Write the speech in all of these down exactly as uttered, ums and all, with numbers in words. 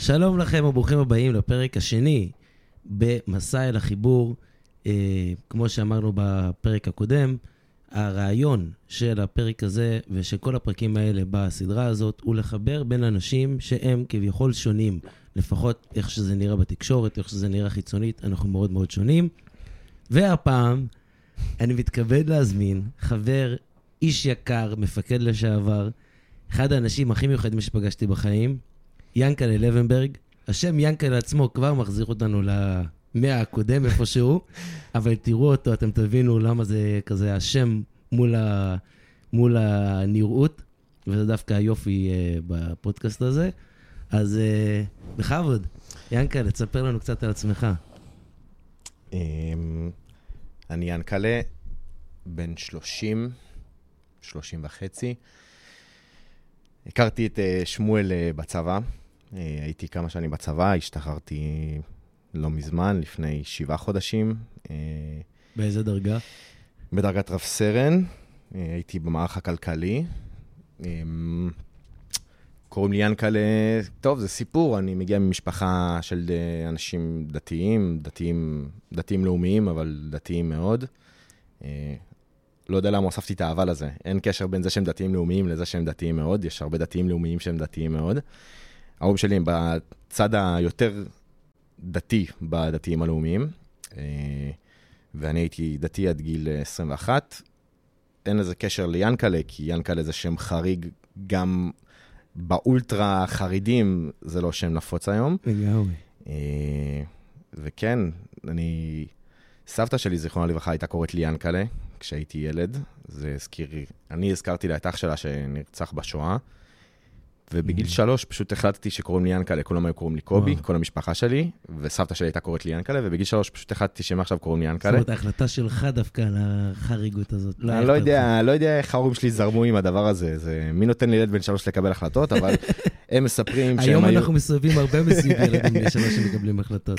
שלום לכם וברוכים הבאים לפרק השני במסע אל החיבור. אה, כמו שאמרנו בפרק הקודם, הרעיון של הפרק הזה ושל כל הפרקים האלה בסדרה הזאת הוא לחבר בין אנשים שהם כביכול שונים, לפחות איך שזה נראה בתקשורת, איך שזה נראה חיצונית, אנחנו מאוד מאוד שונים. והפעם אני מתכבד להזמין חבר, איש יקר, מפקד לשעבר, אחד האנשים הכי מיוחדים שפגשתי בחיים, ינקלה לבנברג. השם ינקלה עצמו כבר מחזיר אותנו למאה הקודם איפשהו, אבל תראו אותו, אתם תבינו למה זה כזה השם מול, ה... מול הנראות, וזה דווקא היופי uh, בפודקאסט הזה. אז uh, בכבוד, ינקלה, תספר לנו קצת על עצמך. אני ינקלה, בן שלושים, שלושים וחצי. הכרתי את שמואל בצבא, הייתי כמה שנים בצבא, השתחררתי לא מזמן, לפני שבעה חודשים. באיזה דרגה? בדרגת רב סרן, הייתי במערך הכלכלי. קוראים לי ינקלה, טוב, זה סיפור, אני מגיע ממשפחה של אנשים דתיים, דתיים, דתיים לאומיים, אבל דתיים מאוד. לא יודע למה הוספתי את האבל הזה. אין קשר בין זה שהם דתיים לאומיים לזה שהם דתיים מאוד. יש הרבה דתיים לאומיים שהם דתיים מאוד. ההורים שלי הם בצד היותר דתי בדתיים הלאומיים. ואני הייתי דתי עד גיל עשרים ואחת. אין לזה קשר ליאנקלה, כי יאנקלה זה שם חריג גם באולטרה חרידים, זה לא שם נפוץ היום. לגמרי. וכן, אני... סבתא שלי, זיכרונה לברכה, הייתה קוראת לי ינקלה, כשהייתי ילד. זה הזכיר... אני הזכרתי לה את אח שלה שנרצח בשואה, ובגיל שלוש פשוט החלטתי שקוראים לי ינקלה, כולם היו קוראים לי קובי, כל המשפחה שלי, וסבתא שלי הייתה קוראת לי ינקלה, ובגיל שלוש פשוט החלטתי שמעכשיו קוראים לי ינקלה. זאת אומרת, ההחלטה שלך דווקא על החריגות הזאת. אני לא יודע, לא יודע איך ההורים שלי זרמו עם הדבר הזה. זה מי נותן לי ילד בן שלוש לקבל החלטות, אבל הם מספרים שהם היו... היום אנחנו מסביבים הרבה מסביב ילדים בני שלוש שמקבלים החלטות.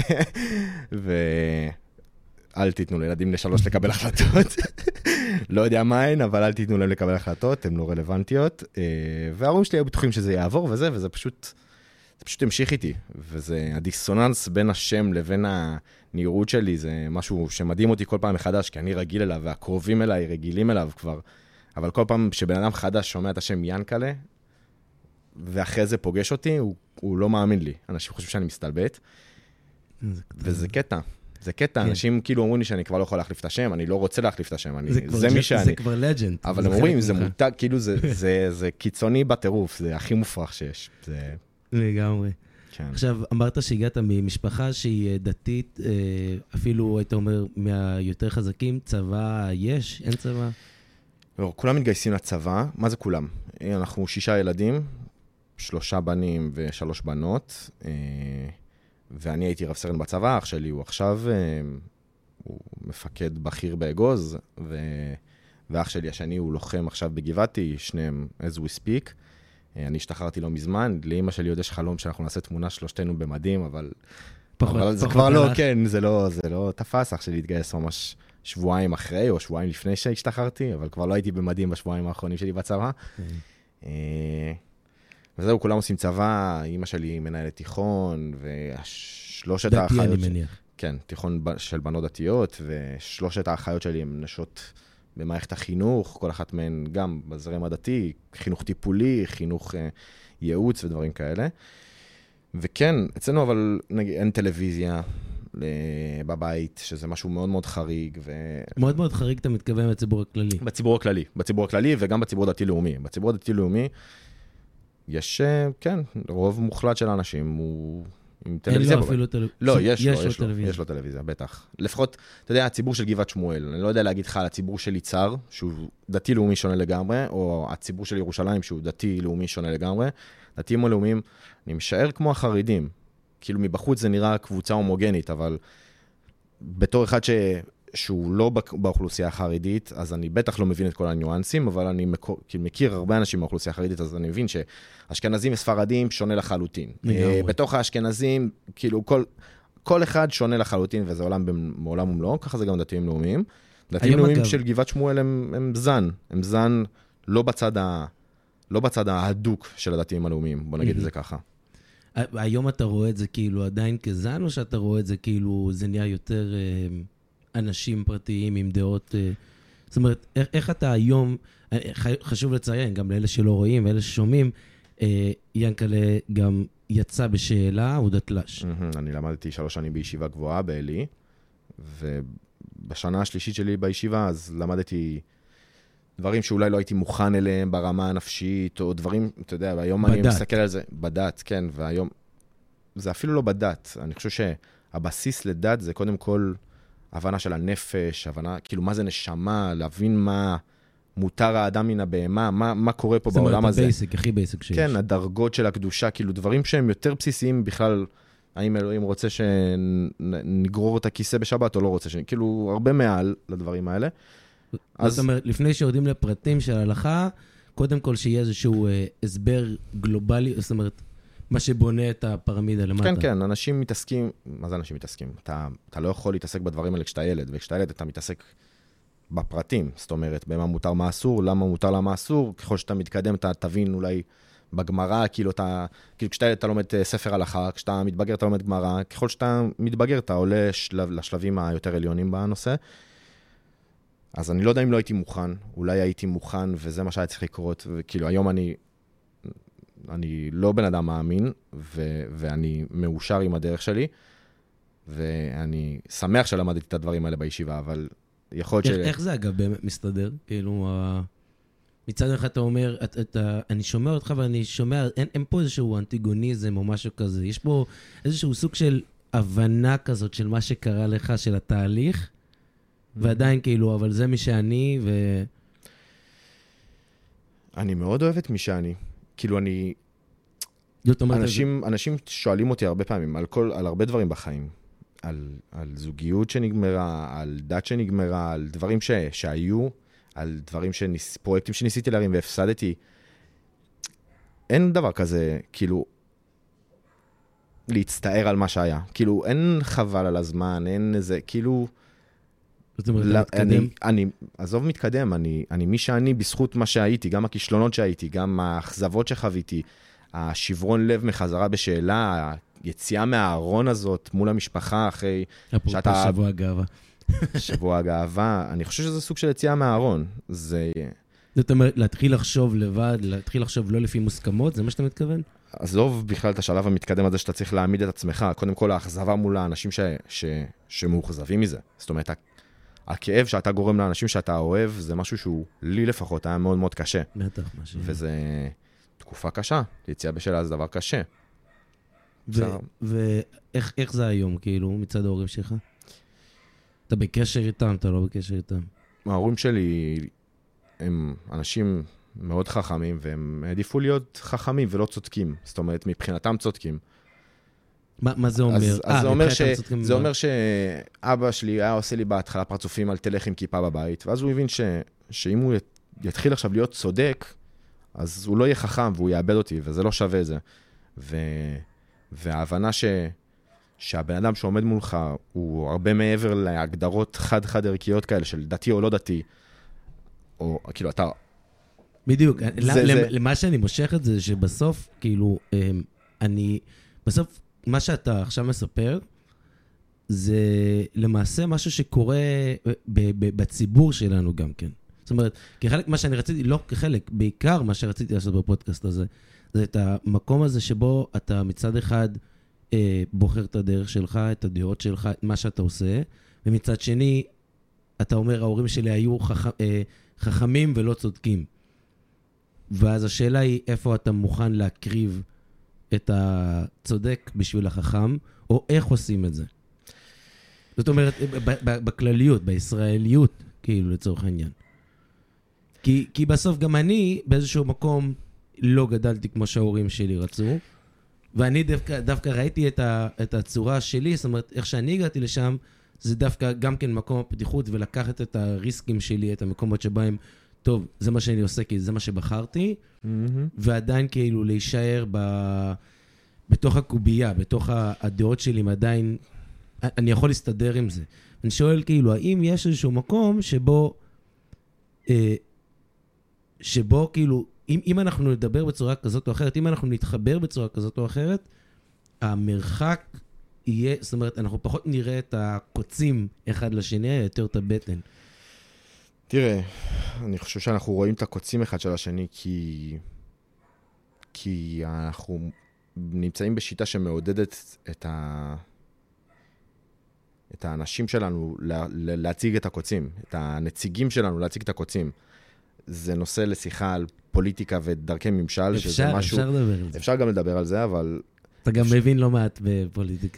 ואל תיתנו לילדים בני שלוש לקבל החלטות. לא יודע מה הן, אבל אל תיתנו להם לקבל החלטות, הן לא רלוונטיות. וההורים שלי היו בטוחים שזה יעבור וזה, וזה פשוט, זה פשוט המשיך איתי. וזה הדיסוננס בין השם לבין הנראות שלי, זה משהו שמדהים אותי כל פעם מחדש, כי אני רגיל אליו, והקרובים אליי רגילים אליו כבר. אבל כל פעם שבן אדם חדש שומע את השם ינקלה, ואחרי זה פוגש אותי, הוא, הוא לא מאמין לי. אנשים חושבים שאני מסתלבט. וזה קטע. זה קטע, אנשים כאילו אומרים לי שאני כבר לא יכול להחליף את השם, אני לא רוצה להחליף את השם, זה מי שאני. זה כבר לג'נד. אבל הם אומרים, זה מותג, כאילו זה קיצוני בטירוף, זה הכי מופרך שיש. לגמרי. עכשיו, אמרת שהגעת ממשפחה שהיא דתית, אפילו היית אומר מהיותר חזקים, צבא יש? אין צבא? לא, כולם מתגייסים לצבא. מה זה כולם? אנחנו שישה ילדים, שלושה בנים ושלוש בנות, ואני הייתי רב סרן בצבא, אח שלי הוא עכשיו, הוא מפקד בכיר באגוז, ו... ואח שלי השני הוא לוחם עכשיו בגבעתי, שניהם as we speak. אני השתחררתי לא מזמן, לאמא שלי עוד יש חלום שאנחנו נעשה תמונה שלושתנו במדים, אבל, פחות, אבל זה כבר לא, כן, זה לא, זה לא תפס, אח שלי התגייס ממש שבועיים אחרי, או שבועיים לפני שהשתחררתי, אבל כבר לא הייתי במדים בשבועיים האחרונים שלי בצבא. וזהו, כולם עושים צבא, אמא שלי מנהלת תיכון, ושלושת האחיות... דתי, אני מניח. כן, תיכון של בנות דתיות, ושלושת האחיות שלי הן נשות במערכת החינוך, כל אחת מהן גם בזרם הדתי, חינוך טיפולי, חינוך אה, ייעוץ ודברים כאלה. וכן, אצלנו אבל נגיד, אין טלוויזיה בבית, שזה משהו מאוד מאוד חריג. ו... מאוד מאוד חריג, אתה מתכוון בציבור הכללי. בציבור הכללי, בציבור הכללי וגם בציבור הדתי-לאומי. בציבור הדתי-לאומי, יש, כן, רוב מוחלט של האנשים הוא עם טלוויזיה. אין לו אפילו טלוויזיה. לא, יש לו, יש לו, יש לו טלוויזיה, בטח. לפחות, אתה יודע, הציבור של גבעת שמואל, אני לא יודע להגיד לך על הציבור של יצהר, שהוא דתי-לאומי שונה לגמרי, או הציבור של ירושלים, שהוא דתי-לאומי שונה לגמרי. דתיים הלאומיים, אני משער כמו החרדים. כאילו מבחוץ זה נראה קבוצה הומוגנית, אבל בתור אחד ש... שהוא לא באוכלוסייה החרדית, אז אני בטח לא מבין את כל הניואנסים, אבל אני מכיר הרבה אנשים באוכלוסייה החרדית, אז אני מבין שאשכנזים וספרדים שונה לחלוטין. בתוך האשכנזים, כאילו כל, כל אחד שונה לחלוטין, וזה עולם מעולם ומלואו, ככה זה גם דתיים לאומיים. דתיים לאומיים של גבעת שמואל הם, הם זן, הם זן לא בצד, ה, לא בצד ההדוק של הדתיים הלאומיים, בוא נגיד את זה ככה. היום אתה רואה את זה כאילו עדיין כזן, או שאתה רואה את זה כאילו זה נהיה יותר אה, אנשים פרטיים עם דעות... אה, זאת אומרת, איך, איך אתה היום, חשוב לציין, גם לאלה שלא רואים ואלה ששומעים, אה, ינקלה גם יצא בשאלה או דתל"ש. Mm-hmm, אני למדתי שלוש שנים בישיבה גבוהה באלי, ובשנה השלישית שלי בישיבה, אז למדתי דברים שאולי לא הייתי מוכן אליהם ברמה הנפשית, או דברים, אתה יודע, והיום בדת. אני מסתכל על זה, בדת, כן, והיום, זה אפילו לא בדת. אני חושב שהבסיס לדת זה קודם כל הבנה של הנפש, הבנה, כאילו מה זה נשמה, להבין מה מותר האדם מן הבהמה, מה, מה קורה פה בעולם הזה. זה בייסיק, הכי בייסיק שיש. כן, הדרגות של הקדושה, כאילו דברים שהם יותר בסיסיים בכלל, האם אלוהים רוצה שנגרור את הכיסא בשבת או לא רוצה, כאילו הרבה מעל לדברים האלה. זאת אומרת, לפני שיורדים לפרטים של ההלכה, קודם כל שיהיה איזשהו אה, הסבר גלובלי, זאת אומרת, מה שבונה את הפירמידה למטה. כן, כן, אנשים מתעסקים, מה זה אנשים מתעסקים? אתה, אתה לא יכול להתעסק בדברים האלה כשאתה ילד, וכשאתה ילד אתה מתעסק בפרטים, זאת אומרת, במה מותר, מה אסור, למה מותר, למה אסור, ככל שאתה מתקדם, אתה תבין אולי בגמרא, כאילו אתה, כאילו כשאתה ילד אתה לומד ספר הלכה, כשאתה מתבגר אתה לומד גמרא, ככל שאתה מתבגר אתה עולה שלב, לשלבים היותר עליונים בנושא. אז אני לא יודע אם לא הייתי מוכן, אולי הייתי מוכן וזה מה שהיה צריך לקרות, וכאילו היום אני, אני לא בן אדם מאמין, ו, ואני מאושר עם הדרך שלי, ואני שמח שלמדתי את הדברים האלה בישיבה, אבל יכול להיות ש... איך זה אגב באמת מסתדר? כאילו, מצד אחד אתה אומר, את, את, אני שומע אותך ואני שומע, אין, אין פה איזשהו אנטיגוניזם או משהו כזה, יש פה איזשהו סוג של הבנה כזאת של מה שקרה לך, של התהליך, ועדיין כאילו, אבל זה מי שאני, ו... אני מאוד אוהב את מי שאני. כאילו אני... אנשים, אנשים שואלים אותי הרבה פעמים על, כל, על הרבה דברים בחיים. על, על זוגיות שנגמרה, על דת שנגמרה, על דברים ש, שהיו, על דברים שניס, פרויקטים שניסיתי להרים והפסדתי. אין דבר כזה, כאילו, להצטער על מה שהיה. כאילו, אין חבל על הזמן, אין איזה, כאילו... זאת אומרת, אני, אני, עזוב מתקדם, אני, אני מי שאני בזכות מה שהייתי, גם הכישלונות שהייתי, גם האכזבות שחוויתי, השברון לב מחזרה בשאלה, היציאה מהארון הזאת מול המשפחה אחרי שאתה... שבוע הגאווה. שבוע הגאווה, אני חושב שזה סוג של יציאה מהארון. זה... זאת אומרת, להתחיל לחשוב לבד, להתחיל לחשוב לא לפי מוסכמות, זה מה שאתה מתכוון? עזוב בכלל את השלב המתקדם הזה שאתה צריך להעמיד את עצמך, קודם כל האכזבה מול האנשים ש... ש... שמאוכזבים מזה. זאת אומרת, הכאב שאתה גורם לאנשים שאתה אוהב, זה משהו שהוא, לי לפחות, היה מאוד מאוד קשה. בטח, משהו. וזה תקופה קשה. יציאה בשאלה זה דבר קשה. ואיך זה היום, כאילו, מצד ההורים שלך? אתה בקשר איתם, אתה לא בקשר איתם? ההורים שלי הם אנשים מאוד חכמים, והם העדיפו להיות חכמים ולא צודקים. זאת אומרת, מבחינתם צודקים. מה, מה זה אומר? אז, אז זה, אומר ש, זה אומר שאבא שלי היה עושה לי בהתחלה פרצופים על תלך עם כיפה בבית, ואז הוא הבין ש, שאם הוא יתחיל עכשיו להיות צודק, אז הוא לא יהיה חכם והוא יאבד אותי, וזה לא שווה את זה. ו, וההבנה ש, שהבן אדם שעומד מולך הוא הרבה מעבר להגדרות חד-חד ערכיות כאלה של דתי או לא דתי, או כאילו אתה... בדיוק, זה, זה... למה שאני מושך את זה, שבסוף, כאילו, אני, בסוף, מה שאתה עכשיו מספר, זה למעשה משהו שקורה ב- ב- בציבור שלנו גם כן. זאת אומרת, כחלק מה שאני רציתי, לא כחלק, בעיקר מה שרציתי לעשות בפודקאסט הזה, זה את המקום הזה שבו אתה מצד אחד אה, בוחר את הדרך שלך, את הדעות שלך, את מה שאתה עושה, ומצד שני, אתה אומר, ההורים שלי היו חכ... אה, חכמים ולא צודקים. ואז השאלה היא, איפה אתה מוכן להקריב את הצודק בשביל החכם, או איך עושים את זה. זאת אומרת, בכלליות, בישראליות, כאילו לצורך העניין. כי, כי בסוף גם אני באיזשהו מקום לא גדלתי כמו שההורים שלי רצו, ואני דווקא, דווקא ראיתי את, ה, את הצורה שלי, זאת אומרת, איך שאני הגעתי לשם, זה דווקא גם כן מקום הפתיחות, ולקחת את הריסקים שלי, את המקומות שבהם, טוב, זה מה שאני עושה, כי זה מה שבחרתי, mm-hmm. ועדיין כאילו להישאר ב... בתוך הקובייה, בתוך הדעות שלי, עדיין, אני יכול להסתדר עם זה. אני שואל כאילו, האם יש איזשהו מקום שבו, אה, שבו כאילו, אם, אם אנחנו נדבר בצורה כזאת או אחרת, אם אנחנו נתחבר בצורה כזאת או אחרת, המרחק יהיה, זאת אומרת, אנחנו פחות נראה את הקוצים אחד לשני, יותר את הבטן. תראה, אני חושב שאנחנו רואים את הקוצים אחד של השני, כי, כי אנחנו נמצאים בשיטה שמעודדת את, ה... את האנשים שלנו לה... להציג את הקוצים, את הנציגים שלנו להציג את הקוצים. זה נושא לשיחה על פוליטיקה ודרכי ממשל, אפשר, שזה משהו... אפשר לדבר על זה. אפשר גם לדבר על זה, אבל... אתה גם אפשר... מבין לא מעט בפוליטיקה.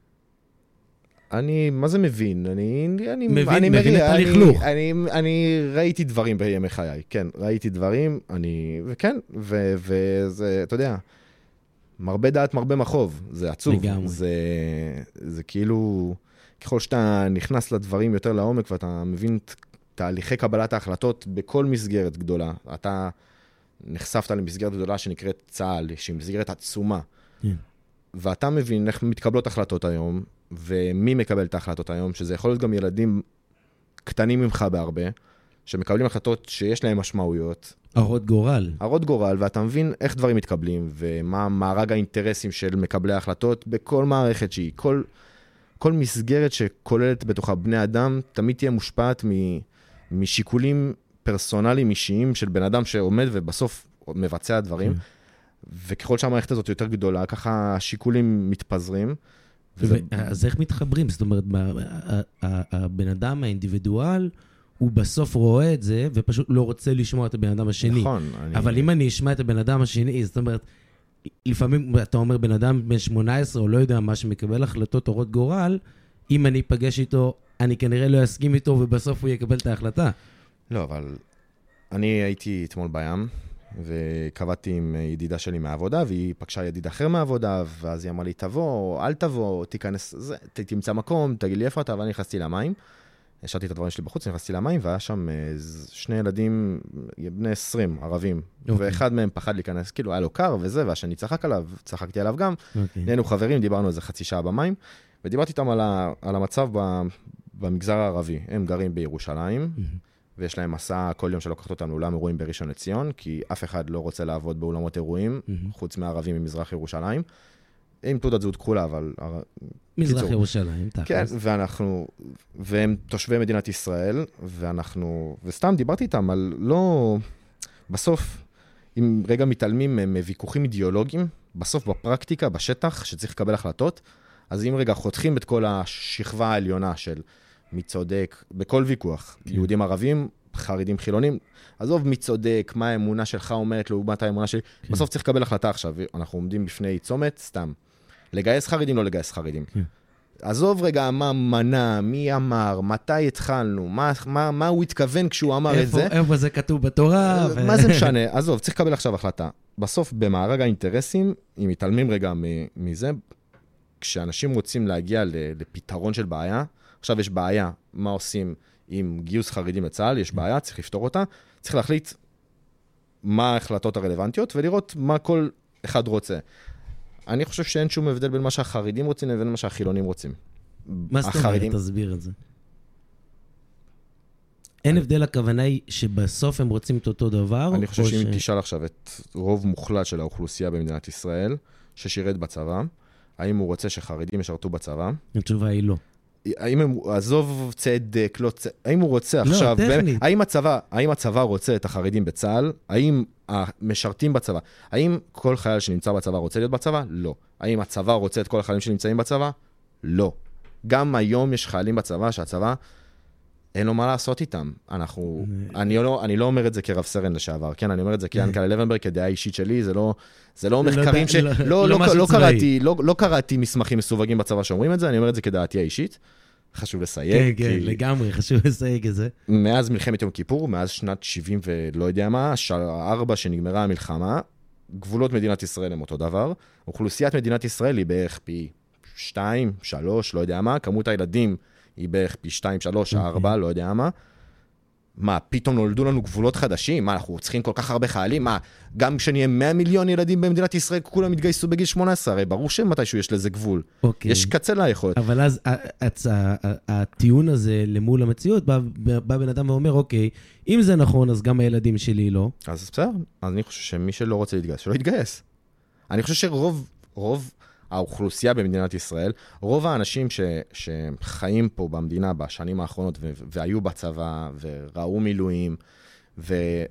אני, מה זה מבין? אני, אני, מבין, אני מבין מריע, את אני, הלכלוך. אני, אני, אני ראיתי דברים בימי חיי, כן, ראיתי דברים, אני, וכן, ו, וזה, אתה יודע, מרבה דעת, מרבה מחוב, זה עצוב. לגמרי. זה, זה כאילו, ככל שאתה נכנס לדברים יותר לעומק, ואתה מבין תהליכי קבלת ההחלטות בכל מסגרת גדולה, אתה נחשפת למסגרת גדולה שנקראת צה"ל, שהיא מסגרת עצומה, כן. ואתה מבין איך מתקבלות החלטות היום, ומי מקבל את ההחלטות היום, שזה יכול להיות גם ילדים קטנים ממך בהרבה, שמקבלים החלטות שיש להם משמעויות. הרות גורל. הרות גורל, ואתה מבין איך דברים מתקבלים, ומה מארג האינטרסים של מקבלי ההחלטות בכל מערכת שהיא. כל, כל מסגרת שכוללת בתוכה בני אדם, תמיד תהיה מושפעת מ, משיקולים פרסונליים אישיים של בן אדם שעומד ובסוף מבצע דברים. וככל שהמערכת הזאת יותר גדולה, ככה השיקולים מתפזרים. אז איך מתחברים? זאת אומרת, הבן אדם, האינדיבידואל, הוא בסוף רואה את זה, ופשוט לא רוצה לשמוע את הבן אדם השני. נכון. אבל אם אני אשמע את הבן אדם השני, זאת אומרת, לפעמים אתה אומר, בן אדם בן שמונה עשרה, או לא יודע מה, שמקבל החלטות אורות גורל, אם אני אפגש איתו, אני כנראה לא אסכים איתו, ובסוף הוא יקבל את ההחלטה. לא, אבל אני הייתי אתמול בים, וקבעתי עם ידידה שלי מהעבודה, והיא פגשה ידיד אחר מהעבודה, ואז היא אמרה לי, תבוא, אל תבוא, תיכנס, זה, תמצא מקום, תגיד לי איפה אתה, ואני נכנסתי למים. השארתי את הדברים שלי בחוץ, נכנסתי למים, והיה שם שני ילדים, בני עשרים, ערבים, okay. ואחד מהם פחד להיכנס, כאילו היה לו קר וזה, והשני צחק עליו, צחקתי עליו גם. Okay. נהיינו חברים, דיברנו איזה חצי שעה במים, ודיברתי איתם על, ה, על המצב במגזר הערבי. הם גרים בירושלים, mm-hmm. ויש להם מסע כל יום שלוקחת אותם לאולם אירועים בראשון לציון, כי אף אחד לא רוצה לעבוד באולמות אירועים, mm-hmm. חוץ מהערבים ממזרח ירושלים. עם תעודת זהות כחולה, אבל... מזרח קיצור. ירושלים, תכף. כן, ואנחנו... והם תושבי מדינת ישראל, ואנחנו... וסתם דיברתי איתם על לא... בסוף, אם רגע מתעלמים מוויכוחים אידיאולוגיים, בסוף בפרקטיקה, בשטח, שצריך לקבל החלטות, אז אם רגע חותכים את כל השכבה העליונה של מי צודק, בכל ויכוח, כן. יהודים ערבים, חרדים חילונים, עזוב מי צודק, מה האמונה שלך אומרת לעומת האמונה שלי, כן. בסוף צריך לקבל החלטה עכשיו, אנחנו עומדים בפני צומת, סתם. לגייס חרדים, לא לגייס חרדים. כן. עזוב רגע מה מנה, מי אמר, מתי התחלנו, מה, מה, מה הוא התכוון כשהוא אמר איפה, את זה. איפה זה כתוב בתורה? מה ו... זה משנה? עזוב, צריך לקבל עכשיו החלטה. בסוף, במארג האינטרסים, אם מתעלמים רגע מזה, כשאנשים רוצים להגיע לפתרון של בעיה, עכשיו יש בעיה, מה עושים עם גיוס חרדים לצה"ל, יש בעיה, צריך לפתור אותה, צריך להחליט מה ההחלטות הרלוונטיות, ולראות מה כל אחד רוצה. אני חושב שאין שום הבדל בין מה שהחרדים רוצים לבין מה שהחילונים רוצים. מה זאת אומרת? תסביר את זה. אין הבדל, הכוונה היא שבסוף הם רוצים את אותו דבר? אני חושב שאם תשאל עכשיו את רוב מוחלט של האוכלוסייה במדינת ישראל, ששירת בצבא, האם הוא רוצה שחרדים ישרתו בצבא? התשובה היא לא. האם הוא, עזוב צדק, לא צדק, האם הוא רוצה עכשיו, לא, טכנית. האם הצבא, האם הצבא רוצה את החרדים בצה"ל? האם המשרתים בצבא? האם כל חייל שנמצא בצבא רוצה להיות בצבא? לא. האם הצבא רוצה את כל החיילים שנמצאים בצבא? לא. גם היום יש חיילים בצבא שהצבא אין לו מה לעשות איתם. אנחנו, אני לא, אני לא אומר את זה כרב סרן לשעבר, כן? אני אומר את זה כיענקל'ה לבנברג, כדעה אישית שלי, זה לא, זה לא מחקרים ש... לא, לא, לא קראתי, לא, לא קראתי מסמכים מסווגים בצבא שאומרים את זה, אני אומר את זה כדעתי האישית. חשוב לסייג. כן, כן, לגמרי, חשוב לסייג את זה. מאז מלחמת יום כיפור, מאז שנת שבעים ולא יודע מה, ארבע שנגמרה המלחמה, גבולות מדינת ישראל הם אותו דבר. אוכלוסיית מדינת ישראל היא בערך פי שתיים, שלוש, לא יודע מה, כמות הילדים היא בערך פי שתיים, שלוש, ארבע, לא יודע מה. מה, פתאום נולדו לנו גבולות חדשים? מה, אנחנו צריכים כל כך הרבה חיילים? מה, גם כשנהיה מאה מיליון ילדים במדינת ישראל, כולם יתגייסו בגיל שמונה עשרה, הרי ברור שמתישהו יש לזה גבול. אוקיי. יש קצה ליכולת. אבל אז הטיעון הזה למול המציאות, בא בן אדם ואומר, אוקיי, אם זה נכון, אז גם הילדים שלי לא. אז בסדר, אז אני חושב שמי שלא רוצה להתגייס, שלא יתגייס. אני חושב שרוב, רוב האוכלוסייה במדינת ישראל, רוב האנשים ש, שחיים פה במדינה בשנים האחרונות, ו, והיו בצבא, וראו מילואים, וצריך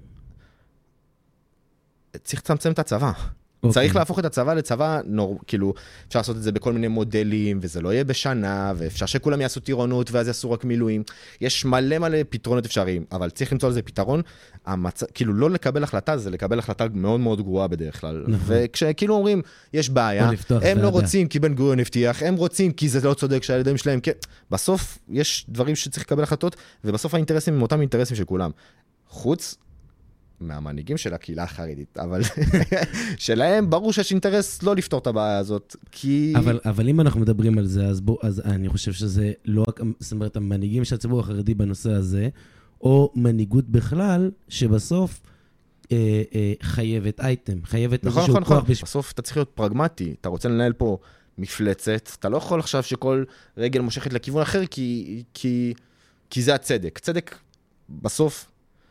לצמצם את הצבא. Okay. צריך להפוך את הצבא לצבא, נור, כאילו, אפשר לעשות את זה בכל מיני מודלים, וזה לא יהיה בשנה, ואפשר שכולם יעשו טירונות, ואז יעשו רק מילואים. יש מלא מלא פתרונות אפשריים, אבל צריך למצוא לזה פתרון. המצ... כאילו, לא לקבל החלטה, זה לקבל החלטה מאוד מאוד גרועה בדרך כלל. נכון. וכשכאילו אומרים, יש בעיה, הם לא רוצים כי בן גוריון הבטיח, הם רוצים כי זה לא צודק שהילדים שלהם, כן. בסוף יש דברים שצריך לקבל החלטות, ובסוף האינטרסים הם אותם אינטרסים של כולם. חוץ מהמנהיגים של הקהילה החרדית, אבל שלהם ברור שיש אינטרס לא לפתור את הבעיה הזאת, כי... אבל, אבל אם אנחנו מדברים על זה, אז, בוא, אז אני חושב שזה לא רק, זאת אומרת, המנהיגים של הציבור החרדי בנושא הזה, או מנהיגות בכלל, שבסוף אה, אה, חייבת אייטם, חייבת נכון, נכון, נכון. בש... בסוף אתה צריך להיות פרגמטי, אתה רוצה לנהל פה מפלצת, אתה לא יכול עכשיו שכל רגל מושכת לכיוון אחר, כי, כי, כי זה הצדק. צדק בסוף...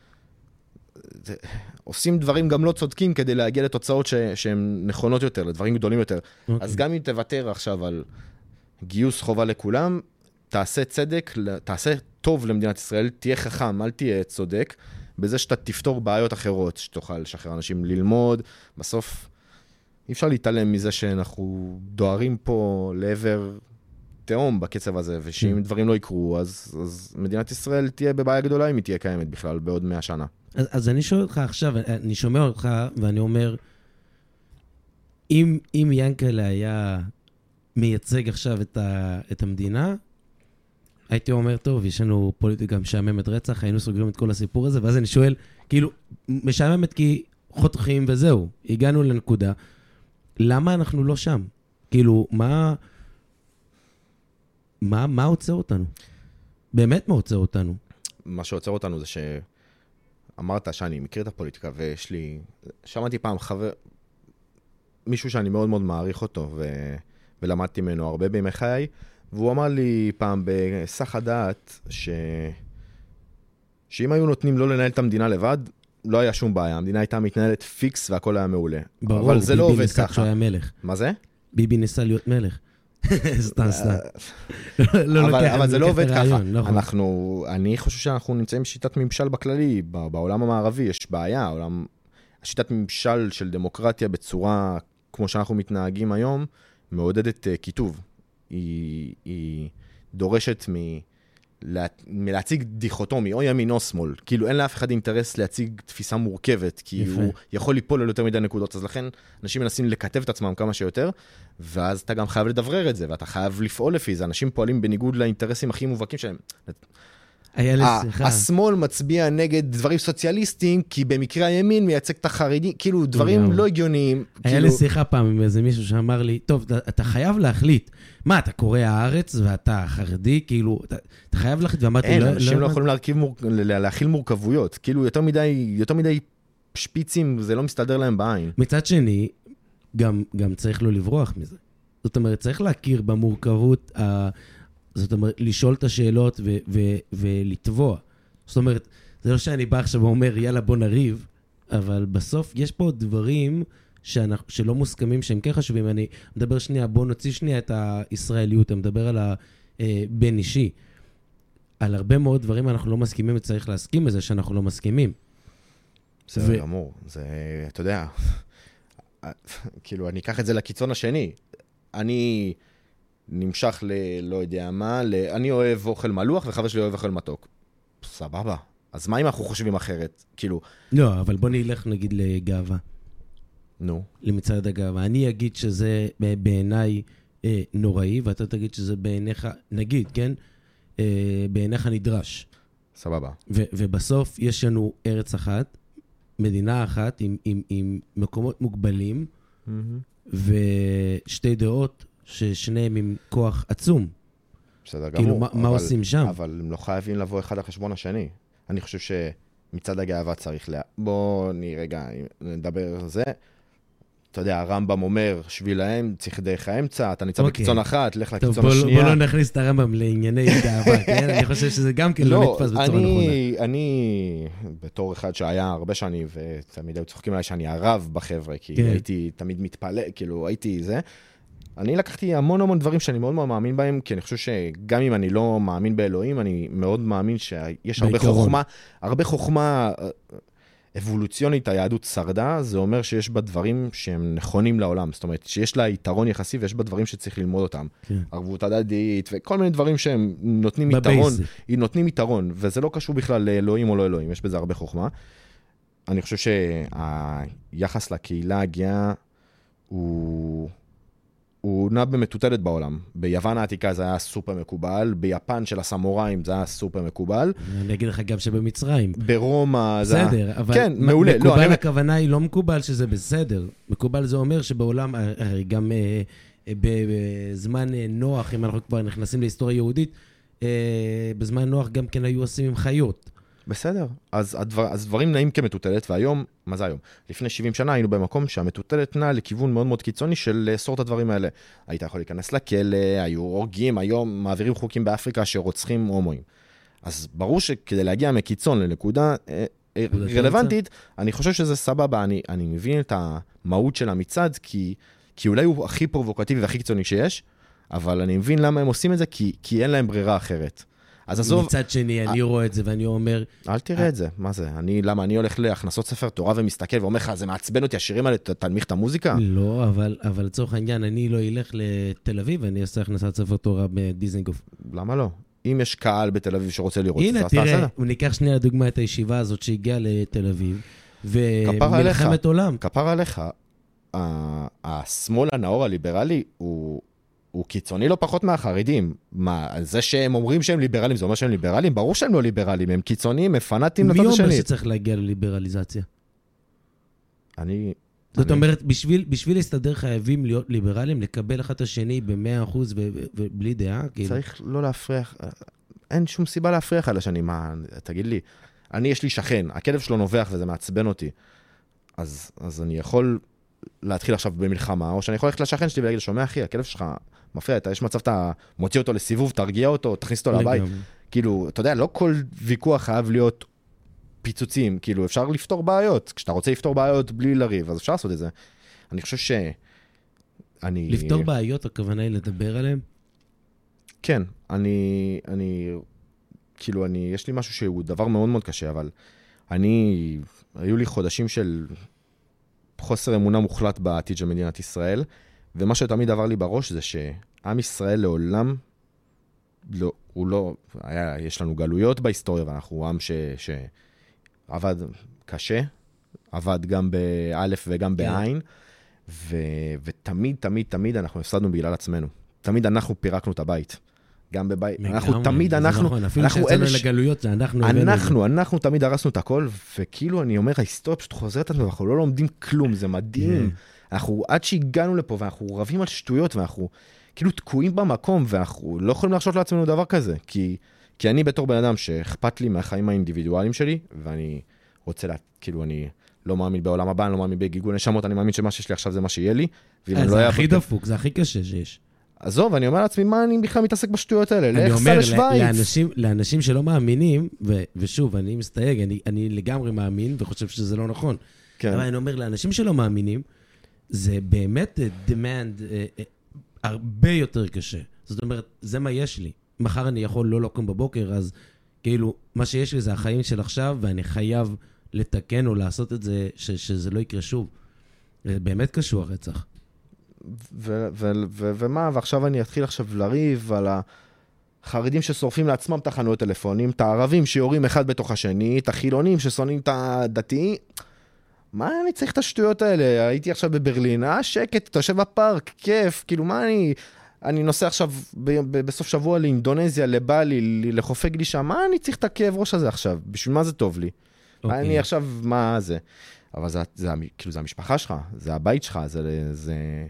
עושים דברים גם לא צודקים כדי להגיע לתוצאות שהן נכונות יותר, לדברים גדולים יותר. Okay. אז גם אם תוותר עכשיו על גיוס חובה לכולם, תעשה צדק, תעשה טוב למדינת ישראל, תהיה חכם, אל תהיה צודק, בזה שאתה תפתור בעיות אחרות, שתוכל לשחרר אנשים ללמוד. בסוף אי אפשר להתעלם מזה שאנחנו דוהרים פה לעבר תאום בקצב הזה, ושאם okay. דברים לא יקרו, אז, אז מדינת ישראל תהיה בבעיה גדולה אם היא תהיה קיימת בכלל בעוד מאה שנה. אז, אז אני שואל אותך עכשיו, אני שומע אותך ואני אומר, אם, אם ינקלה היה מייצג עכשיו את, ה, את המדינה, הייתי אומר, טוב, יש לנו פוליטיקה משעממת רצח, היינו סוגרים את כל הסיפור הזה, ואז אני שואל, כאילו, משעממת כי חותכים וזהו, הגענו לנקודה, למה אנחנו לא שם? כאילו, מה, מה, מה עוצר אותנו? באמת מה עוצר אותנו? מה שעוצר אותנו זה ש... אמרת שאני מכיר את הפוליטיקה, ויש לי... שמעתי פעם חבר... מישהו שאני מאוד מאוד מעריך אותו, ו... ולמדתי ממנו הרבה בימי חיי, והוא אמר לי פעם בסך הדעת, ש... שאם היו נותנים לא לנהל את המדינה לבד, לא היה שום בעיה. המדינה הייתה מתנהלת פיקס והכל היה מעולה. ברור, אבל זה לא עובד ככה. ביבי ניסה שהוא היה מלך. מה זה? ביבי ניסה להיות מלך. סתם, סתם. אבל זה לא עובד ככה. אנחנו, אני חושב שאנחנו נמצאים בשיטת ממשל בכללי, בעולם המערבי יש בעיה, השיטת ממשל של דמוקרטיה בצורה, כמו שאנחנו מתנהגים היום, מעודדת כיתוב. היא דורשת מלהציג דיכוטומי, או ימין או שמאל. כאילו אין לאף אחד אינטרס להציג תפיסה מורכבת, כי הוא יכול ליפול על יותר מדי נקודות, אז לכן אנשים מנסים לכתב את עצמם כמה שיותר, ואז אתה גם חייב לדברר את זה, ואתה חייב לפעול לפי זה. אנשים פועלים בניגוד לאינטרסים הכי מובהקים שלהם. השמאל מצביע נגד דברים סוציאליסטיים, כי במקרה הימין מייצג את החרדי, כאילו דברים לא הגיוניים. היה לי שיחה פעם עם איזה מישהו שאמר לי, טוב, אתה חייב להחליט. מה, אתה קורא הארץ ואתה חרדי, כאילו, אתה חייב להחליט, ואמרתי, אין, אנשים לא יכולים להכיל מורכבויות, כאילו יותר מדי, יותר מדי שפיצים, זה לא מסתדר להם בעין. מצד שני, גם, גם צריך לא לברוח מזה. זאת אומרת, צריך להכיר במורכבות, זאת אומרת, לשאול את השאלות ו- ו- ולתבוע. זאת אומרת, זה לא שאני בא עכשיו ואומר, יאללה, בוא נריב, אבל בסוף יש פה דברים שאנחנו, שלא מוסכמים, שהם כן חשובים. אני מדבר שנייה, בוא נוציא שנייה את הישראליות, אני מדבר על הבן אישי. על הרבה מאוד דברים אנחנו לא מסכימים, וצריך להסכים בזה שאנחנו לא מסכימים. זה גמור. זה, אתה יודע, כאילו, אני אקח את זה לקיצון השני. אני נמשך ל... לא יודע מה, ל... אני אוהב אוכל מלוח, וחבר שלי אוהב אוכל מתוק. סבבה. אז מה אם אנחנו חושבים אחרת? כאילו... לא, אבל בוא נלך נגיד לגאווה. נו. למצעד הגאווה. אני אגיד שזה בעיניי אה, נוראי, ואתה תגיד שזה בעיניך, נגיד, כן? אה, בעיניך נדרש. סבבה. ו- ובסוף יש לנו ארץ אחת, מדינה אחת, עם, עם, עם מקומות מוגבלים, mm-hmm. ושתי דעות, ששניהם עם כוח עצום. בסדר כאילו, גמור. מה, אבל, מה עושים שם? אבל הם לא חייבים לבוא אחד על חשבון השני. אני חושב שמצד הגאווה צריך לה... בוא רגע, נדבר על זה. אתה יודע, הרמב"ם אומר, שביל האם, צריך דרך האמצע, אתה ניצא okay. בקיצון אחת, לך לקיצון טוב, השנייה. בוא לא נכניס את הרמב"ם לענייני גאווה, כן? אני חושב שזה גם כן לא נתפס בצורה אני, נכונה. אני, בתור אחד שהיה הרבה שנים, ותמיד היו צוחקים עליי שאני הרב בחבר'ה, כי כן. הייתי תמיד מתפלא, כאילו, הייתי זה. אני לקחתי המון המון דברים שאני מאוד מאוד מאמין בהם, כי אני חושב שגם אם אני לא מאמין באלוהים, אני מאוד מאמין שיש הרבה חוכמה, הרבה חוכמה אבולוציונית, היהדות שרדה, זה אומר שיש בה דברים שהם נכונים לעולם, זאת אומרת, שיש לה יתרון יחסי ויש בה דברים שצריך ללמוד אותם. כן. ערבות הדדית וכל מיני דברים שהם נותנים יתרון, נותנים יתרון, וזה לא קשור בכלל לאלוהים או לא אלוהים, יש בזה הרבה חוכמה. אני חושב שהיחס לקהילה הגאה הוא... הוא נע במטוטלת בעולם. ביוון העתיקה זה היה סופר מקובל, ביפן של הסמוראים זה היה סופר מקובל. אני אגיד לך גם שבמצרים. ברומא זה היה... בסדר, אבל כן, מעולה. מקובל לא, אני... הכוונה היא לא מקובל שזה בסדר. מקובל זה אומר שבעולם, גם אה, בזמן נוח, אם אנחנו כבר נכנסים להיסטוריה יהודית, אה, בזמן נוח גם כן היו עושים עם חיות. בסדר, אז, הדבר, אז דברים נעים כמטוטלת, והיום, מה זה היום? לפני שבעים שנה היינו במקום שהמטוטלת נע לכיוון מאוד מאוד קיצוני של לאסור את הדברים האלה. היית יכול להיכנס לכלא, היו הורגים, היום מעבירים חוקים באפריקה שרוצחים הומואים. אז ברור שכדי להגיע מקיצון לנקודה אה, אה, רלוונטית, אני חושב שזה סבבה, אני, אני מבין את המהות של המצעד, כי, כי אולי הוא הכי פרובוקטיבי והכי קיצוני שיש, אבל אני מבין למה הם עושים את זה, כי, כי אין להם ברירה אחרת. אז עזוב... מצד שני, אני רואה את זה ואני אומר... אל תראה את זה, מה זה? אני, למה? אני הולך להכנסות ספר תורה ומסתכל ואומר לך, זה מעצבן אותי, השירים האלה, תנמיך את המוזיקה? לא, אבל, אבל לצורך העניין, אני לא אלך לתל אביב, ואני אעשה הכנסת ספר תורה בדיזנגוף. למה לא? אם יש קהל בתל אביב שרוצה לראות את זה, הנה, תראה, ניקח שנייה לדוגמה את הישיבה הזאת שהגיעה לתל אביב, ומלחמת עולם. כפר עליך, השמאל הנאור הליברלי הוא... הוא קיצוני לא פחות מהחרדים. מה, זה שהם אומרים שהם ליברלים, זה אומר שהם ליברלים? ברור שהם לא ליברלים, הם קיצוניים, הם פנאטים לצד השני. מי אומר שצריך להגיע לליברליזציה? אני... זאת אומרת, בשביל, בשביל להסתדר חייבים להיות ליברלים, לקבל אחד את השני ב-מאה אחוז ובלי דעה? צריך לא להפריח, אין שום סיבה להפריח על השני. מה, תגיד לי, אני יש לי שכן, הכלב שלו נובח וזה מעצבן אותי. אז, אז אני יכול להתחיל עכשיו במלחמה, או שאני יכול ללכת לשכן שלי ולהגיד, שומע אחי, הכלב שלך מפריע, יש מצב, אתה מוציא אותו לסיבוב, תרגיע אותו, תכניס אותו לבית. כאילו, אתה יודע, לא כל ויכוח חייב להיות פיצוצים, כאילו, אפשר לפתור בעיות. כשאתה רוצה לפתור בעיות בלי לריב, אז אפשר לעשות את זה. אני חושב ש... אני... לפתור בעיות, הכוונה היא לדבר עליהם? כן, אני... אני... כאילו, אני... יש לי משהו שהוא דבר מאוד מאוד קשה, אבל אני... היו לי חודשים של חוסר אמונה מוחלט בעתיד של מדינת ישראל, ומה שתמיד עבר לי בראש זה שעם ישראל לעולם, לא, הוא לא, היה, יש לנו גלויות בהיסטוריה, ואנחנו עם ש, שעבד קשה, עבד גם באלף וגם בעין, ו, ותמיד, תמיד, תמיד אנחנו הפסדנו בגלל עצמנו. תמיד אנחנו פירקנו את הבית. גם בבית, אנחנו תמיד, אנחנו, אפילו שיצאנו לגלויות, זה אנחנו, אנחנו, אנחנו תמיד הרסנו את הכל, וכאילו אני אומר, ההיסטוריה פשוט חוזרת לנו, אנחנו לא לומדים כלום, זה מדהים. אנחנו, עד שהגענו לפה, ואנחנו רבים על שטויות, ואנחנו כאילו תקועים במקום, ואנחנו לא יכולים להרשות לעצמנו דבר כזה, כי, כי אני בתור בן אדם שאכפת לי מהחיים האינדיבידואליים שלי, ואני רוצה, לה, כאילו אני לא מאמין בעולם הבא, אני לא מאמין בגיגון נשמות, אני מאמין שמה שיש לי עכשיו זה מה שיהיה לי. זה הכי דפוק, זה הכי קשה שיש. עזוב, אני אומר לעצמי, מה אני בכלל מתעסק בשטויות האלה? לך סע לשוויץ. לאנשים, לאנשים שלא מאמינים, ו, ושוב, אני מסתייג, אני, אני לגמרי מאמין, וחושב שזה לא נכון. כן. אבל אני אומר, לאנשים שלא מאמינים, זה באמת demand הרבה יותר קשה. זאת אומרת, זה מה יש לי. מחר אני יכול לא לקום בבוקר, אז כאילו, מה שיש לי זה החיים של עכשיו, ואני חייב לתקן או לעשות את זה, ש, שזה לא יקרה שוב. זה באמת קשור הרצח. ו- ו- ו- ומה, ועכשיו אני אתחיל עכשיו לריב על החרדים ששורפים לעצמם את החנויות טלפונים, את הערבים שיורים אחד בתוך השני, את החילונים ששונאים את הדתי. מה אני צריך את השטויות האלה? הייתי עכשיו בברלין, אה, שקט, אתה יושב בפארק, כיף, כאילו מה אני... אני נוסע עכשיו ב- ב- בסוף שבוע לאינדונזיה, לבלי, לחופי גלישה, מה אני צריך את הכאב ראש הזה עכשיו? בשביל מה זה טוב לי? Okay. אני עכשיו, מה זה? אבל זה, זה, כאילו, זה המשפחה שלך, זה הבית שלך, זה... זה...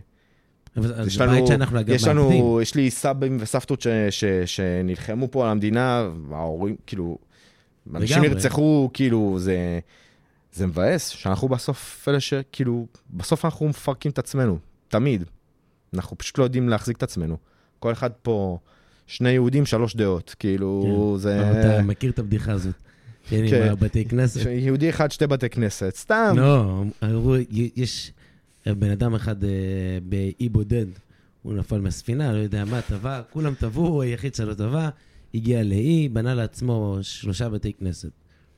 אבל זה בית שאנחנו אגב מאבדים. יש לי סבים וסבתות ש, ש, שנלחמו פה על המדינה, ההורים, כאילו, אנשים נרצחו, כאילו, זה, זה מבאס, שאנחנו בסוף אלה שכאילו, בסוף אנחנו מפרקים את עצמנו, תמיד. אנחנו פשוט לא יודעים להחזיק את עצמנו. כל אחד פה, שני יהודים, שלוש דעות, כאילו, כן. זה... אתה מכיר את הבדיחה הזאת. כן, עם הבתי כנסת. יהודי אחד, שתי בתי כנסת, סתם. לא, יש... בן אדם אחד באי בודד, הוא נפל מהספינה, לא יודע מה, טבע, כולם טבעו, הוא היחיד שלא טבע, הגיע לאי, בנה לעצמו שלושה בתי כנסת.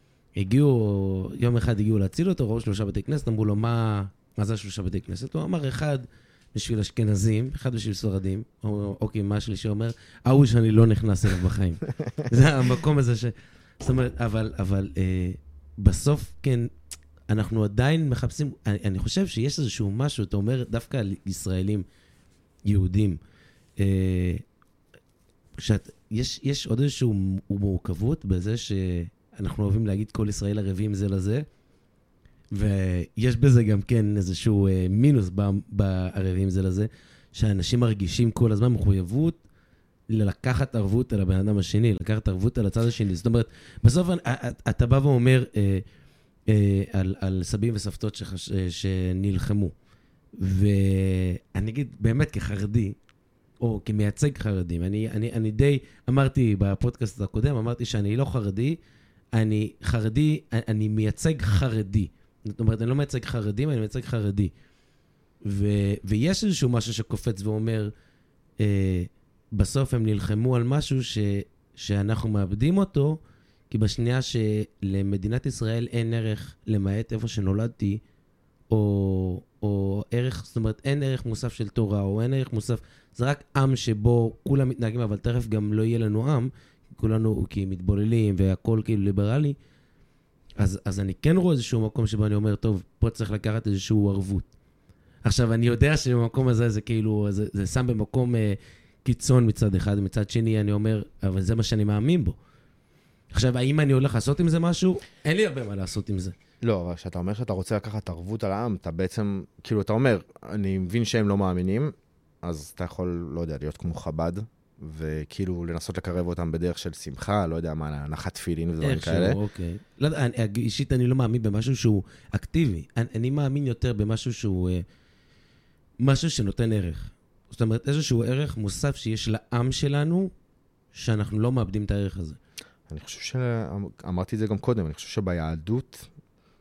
הגיעו, יום אחד הגיעו להציל אותו, ראו שלושה בתי כנסת, אמרו לו, מה, מה זה שלושה בתי כנסת? הוא אמר, אחד בשביל אשכנזים, אחד בשביל ספרדים. אוקיי, מה השלישי אומר? ההוא שאני לא נכנס אליו בחיים. זה המקום הזה ש... זאת אומרת, אבל, אבל אה, בסוף, כן, אנחנו עדיין מחפשים, אני, אני חושב שיש איזשהו משהו, אתה אומר, דווקא על ישראלים, יהודים, אה, שאת, יש, יש עוד איזשהו מורכבות בזה שאנחנו אוהבים להגיד כל ישראל ערבים זה לזה, ויש בזה גם כן איזשהו אה, מינוס בערבים זה לזה, שאנשים מרגישים כל הזמן מחויבות לקחת ערבות על הבן אדם השני, לקחת ערבות על הצד השני. זאת אומרת, בסוף אתה בא ואומר אה, אה, על, על סבים וסבתות שחש, שנלחמו, ואני אגיד באמת כחרדי, או כמייצג חרדים, אני, אני, אני די אמרתי בפודקאסט הקודם, אמרתי שאני לא חרדי, אני חרדי, אני מייצג חרדי. זאת אומרת, אני לא מייצג חרדים, אני מייצג חרדי. ו, ויש איזשהו משהו שקופץ ואומר, אה, בסוף הם נלחמו על משהו ש, שאנחנו מאבדים אותו, כי בשנייה שלמדינת ישראל אין ערך למעט איפה שנולדתי, או, או ערך, זאת אומרת, אין ערך מוסף של תורה, או אין ערך מוסף, זה רק עם שבו כולם מתנהגים, אבל תכף גם לא יהיה לנו עם, כולנו כי מתבוללים והכל כאילו ליברלי, אז, אז אני כן רואה איזשהו מקום שבו אני אומר, טוב, פה צריך לקחת איזשהו ערבות. עכשיו, אני יודע שבמקום הזה זה כאילו, זה, זה שם במקום אה, קיצון מצד אחד, מצד שני אני אומר, אבל זה מה שאני מאמין בו. עכשיו, האם אני הולך לעשות עם זה משהו? אין לי הרבה מה לעשות עם זה. לא, אבל כשאתה אומר שאתה רוצה לקחת ערבות על העם, אתה בעצם, כאילו, אתה אומר, אני מבין שהם לא מאמינים, אז אתה יכול, לא יודע, להיות כמו חב"ד, וכאילו לנסות לקרב אותם בדרך של שמחה, לא יודע מה, הנחת תפילין ודברים כאלה. איכשהו, אוקיי. לא, אני, אישית אני לא מאמין במשהו שהוא אקטיבי. אני, אני מאמין יותר במשהו שהוא, משהו שנותן ערך. זאת אומרת, איזשהו ערך מוסף שיש לעם שלנו, שאנחנו לא מאבדים את הערך הזה. אני חושב שאמרתי את זה גם קודם, אני חושב שביהדות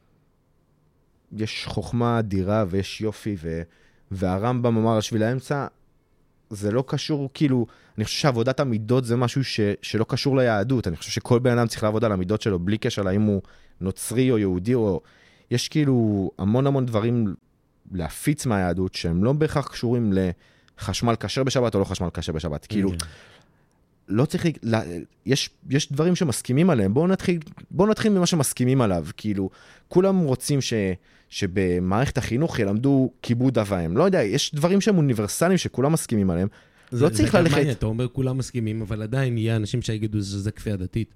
יש חוכמה אדירה ויש יופי, ו... והרמב"ם אמר השביל האמצע, זה לא קשור, כאילו, אני חושב שעבודת המידות זה משהו ש... שלא קשור ליהדות, אני חושב שכל בן אדם צריך לעבוד על המידות שלו, בלי קשר האם הוא נוצרי או יהודי, או... יש כאילו המון המון דברים להפיץ מהיהדות, שהם לא בהכרח קשורים לחשמל כשר בשבת או לא חשמל כשר בשבת, כאילו... לא צריך, לה, יש, יש דברים שמסכימים עליהם, בואו נתחיל, בואו נתחיל ממה שמסכימים עליו, כאילו, כולם רוצים ש, שבמערכת החינוך ילמדו כיבוד אב ואם, לא יודע, יש דברים שהם אוניברסליים שכולם מסכימים עליהם, זה, לא צריך ללכת... מעניין, אתה אומר כולם מסכימים, אבל עדיין יהיה אנשים שיגידו שזה כפייה דתית.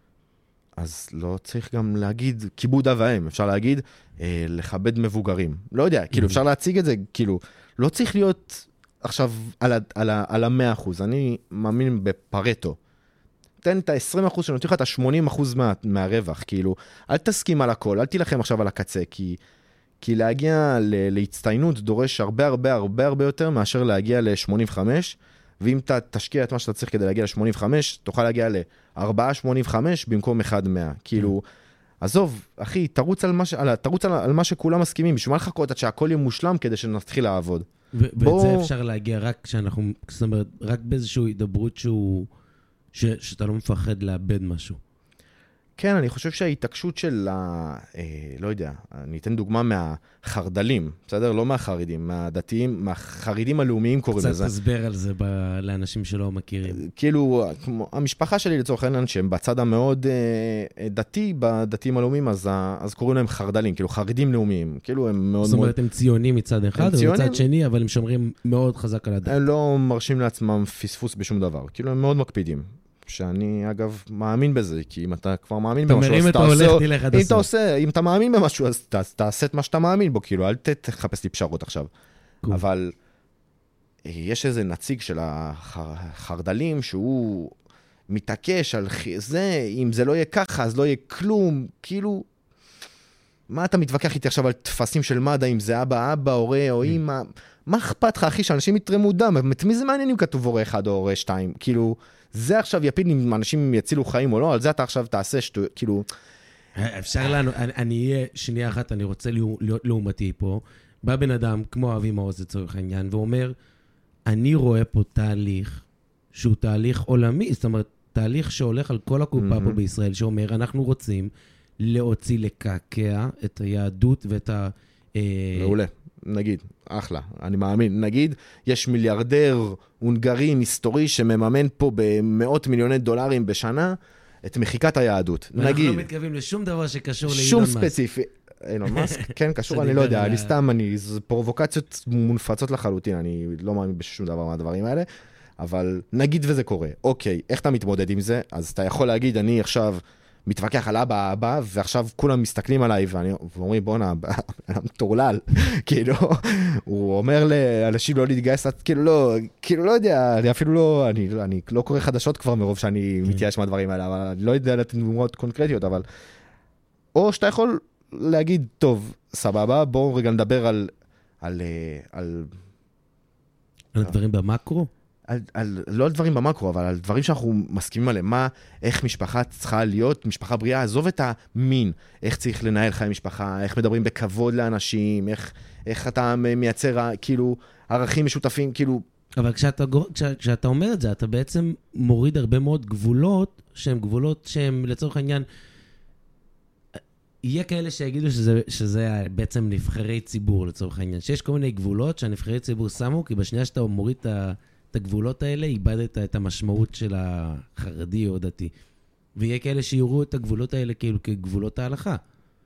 אז לא צריך גם להגיד כיבוד אב ואם, אפשר להגיד אה, לכבד מבוגרים, לא יודע, כאילו אפשר להציג את זה, כאילו, לא צריך להיות... עכשיו, על, ה, על, ה, על המאה אחוז, אני מאמין בפרטו. תן את ה-עשרים אחוז שנותן לך את ה-שמונים אחוז מה, מהרווח, כאילו, אל תסכים על הכל, אל תילחם עכשיו על הקצה, כי, כי להגיע ל, להצטיינות דורש הרבה הרבה הרבה הרבה יותר מאשר להגיע ל-שמונים וחמש, ואם אתה תשקיע את מה שאתה צריך כדי להגיע ל-שמונים וחמש, תוכל להגיע ל-ארבע שמונים וחמש במקום אחד מאה, כאילו, עזוב, אחי, תרוץ על מה, ש, על, תרוץ על, על מה שכולם מסכימים, בשביל מה לחכות עד שהכל יהיה מושלם כדי שנתחיל לעבוד. ואת זה אפשר להגיע רק כשאנחנו, זאת אומרת, רק באיזושהי הידברות שהוא, שאתה לא מפחד לאבד משהו. כן, אני חושב שההתעקשות של, לא יודע, אני אתן דוגמה מהחרדלים, בסדר? לא מהחרדים, מהדתיים, מהחרדים הלאומיים קוראים לזה. קצת תסבר על זה לאנשים שלא מכירים. כאילו, המשפחה שלי לצורך העניין, שהם בצד המאוד דתי, בדתיים הלאומיים, אז קוראים להם חרדלים, כאילו חרדים לאומיים, כאילו הם מאוד... זאת אומרת, הם ציונים מצד אחד, ומצד שני, אבל הם שומרים מאוד חזק על הדת. הם לא מרשים לעצמם פספוס בשום דבר, כאילו הם מאוד מקפידים. שאני, אגב, מאמין בזה, כי אם אתה כבר מאמין במשהו, אז אתה עושה... אם אתה עושה, אם אתה מאמין במשהו, אז תעשה את מה שאתה מאמין בו, כאילו, אל תחפש לי פשרות עכשיו. אבל יש איזה נציג של החרדלים, שהוא מתעקש על זה, אם זה לא יהיה ככה, אז לא יהיה כלום, כאילו... מה אתה מתווכח איתי עכשיו על תפסים של מד"א, אם זה אבא, אבא, הורה או אמא? מה אכפת לך, אחי, שאנשים יתרמו דם? את מי זה מעניין אם כתוב הורה אחד או הורה שתיים? כאילו... זה עכשיו יפיל אם אנשים יצילו חיים או לא, על זה אתה עכשיו תעשה שטו, כאילו... אפשר לנו, אני, אני אהיה שנייה אחת, אני רוצה להיות לעומתי פה, בא בן אדם, כמו אבי מעוז לצורך העניין, ואומר, אני רואה פה תהליך שהוא תהליך עולמי, זאת אומרת, תהליך שהולך על כל הקופה פה בישראל, שאומר, אנחנו רוצים להוציא, לקעקע את היהדות ואת ה... מעולה, נגיד, אחלה, אני מאמין. נגיד, יש מיליארדר הונגרי מסתורי שמממן פה במאות מיליוני דולרים בשנה את מחיקת היהדות. נגיד. ואנחנו לא מתכוונים לשום דבר שקשור לאילון שום מאסק. ספציפי. אילון מאסק, כן, קשור, אני לא יודע, אני סתם, אני, זה פרובוקציות מונפצות לחלוטין, אני לא מאמין בשום דבר מהדברים האלה, אבל נגיד וזה קורה. אוקיי, איך אתה מתמודד עם זה? אז אתה יכול להגיד, אני עכשיו מתווכח על אבא אבא, ועכשיו כולם מסתכלים עליי, ואומרים, בוא'נה, מטורלל, כאילו, הוא אומר לאנשים לא להתגייס, כאילו לא, כאילו לא יודע, אני אפילו לא, אני, אני לא קורא חדשות כבר מרוב שאני מתייאש מהדברים האלה, אבל אני לא יודע לתת דוגמאות קונקרטיות, אבל, או שאתה יכול להגיד, טוב, סבבה, בואו רגע נדבר על, על, על, על דברים במקרו? על, על, לא על דברים במקרו, אבל על דברים שאנחנו מסכימים עליהם, מה, איך משפחה צריכה להיות, משפחה בריאה, עזוב את המין, איך צריך לנהל חיי משפחה, איך מדברים בכבוד לאנשים, איך, איך אתה מייצר, כאילו, ערכים משותפים, כאילו... אבל כשאתה, כשה, כשאתה אומר את זה, אתה בעצם מוריד הרבה מאוד גבולות, שהן גבולות שהן, לצורך העניין, יהיה כאלה שיגידו שזה, שזה בעצם נבחרי ציבור, לצורך העניין, שיש כל מיני גבולות שהנבחרי ציבור שמו, כי בשנייה שאתה מוריד את ה... את הגבולות האלה, איבדת את המשמעות של החרדי או דתי. ויהיה כאלה שיראו את הגבולות האלה כאילו כגבולות ההלכה.